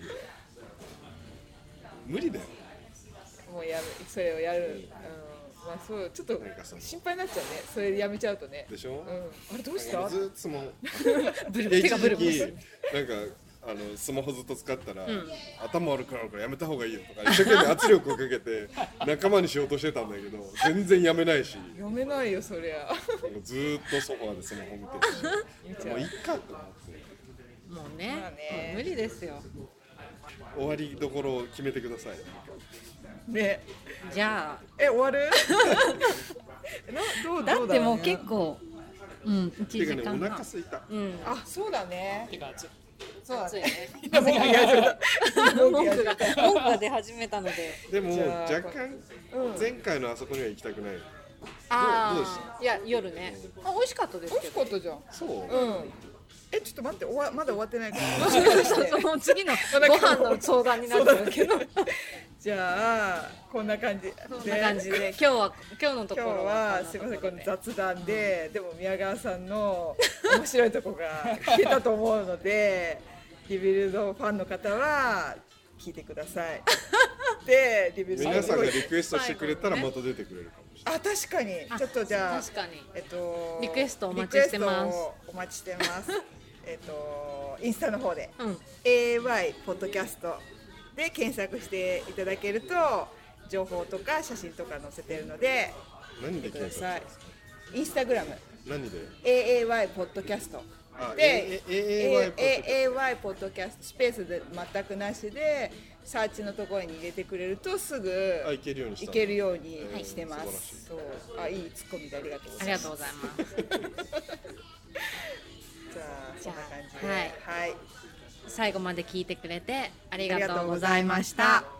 無理だよ。 もうやるそれをやる、うんまあそうちょっと心配になっちゃうね。それやめちゃうとね。 でしょ？うん。 あれどうした？ ずっとスマホ。 ブル手がブルブル。 なんかあのスマホずっと使ったら、うん、頭悪くなるからやめた方がいいよとか一生懸命圧力をかけて仲間にしようとしてたんだけど全然やめないし。 やめないよそりゃ。 ずーっとソファーでスマホ見てるし。もういっかと思って。 もうね。まあねもう無理ですよ。 終わりどころを決めてください。 ね、 じゃあえ終わるどうだってもう結構うんいちじかんかん、 ね、お腹空いた、 うん、あそうだねてか暑いそうだね文句が文句が出始めたのででも若干前回のあそこには行きたくない。 あどうでした？いや夜ねあ美味しかったですけど。 美味しかったじゃん。 そううんえちょっと待っておわまだ終わってないからもう次のご飯の相談になっちゃうけどじゃあこんな感じでこんな感じで今日は今日のところ今日はすみませんこの雑談で、うん、でも宮川さんの面白いところが聞けたと思うのでリビルドファンの方は聞いてくださいでリビルド皆さんがリクエストしてくれたらまた出てくれるかもしれない。 あ確かにちょっとじゃあ確かにえっとリクエストお待ちしてますお待ちしてますえっとインスタの方で、うん、エーワイ ポッドキャストで検索していただけると情報とか写真とか載せてるので何で検索？ インスタグラム何でエーエーワイ ポッドキャストで エーエーワイ ポッドキャストスペースで全くなしでサーチのところに入れてくれるとすぐいけるようにしたいけるようにしてます。そうあいいツッコミでありがとうございます。 ありがとうございますじゃあそんな感じで、 はいはい、 最後まで聞いてくれてありがとうございました。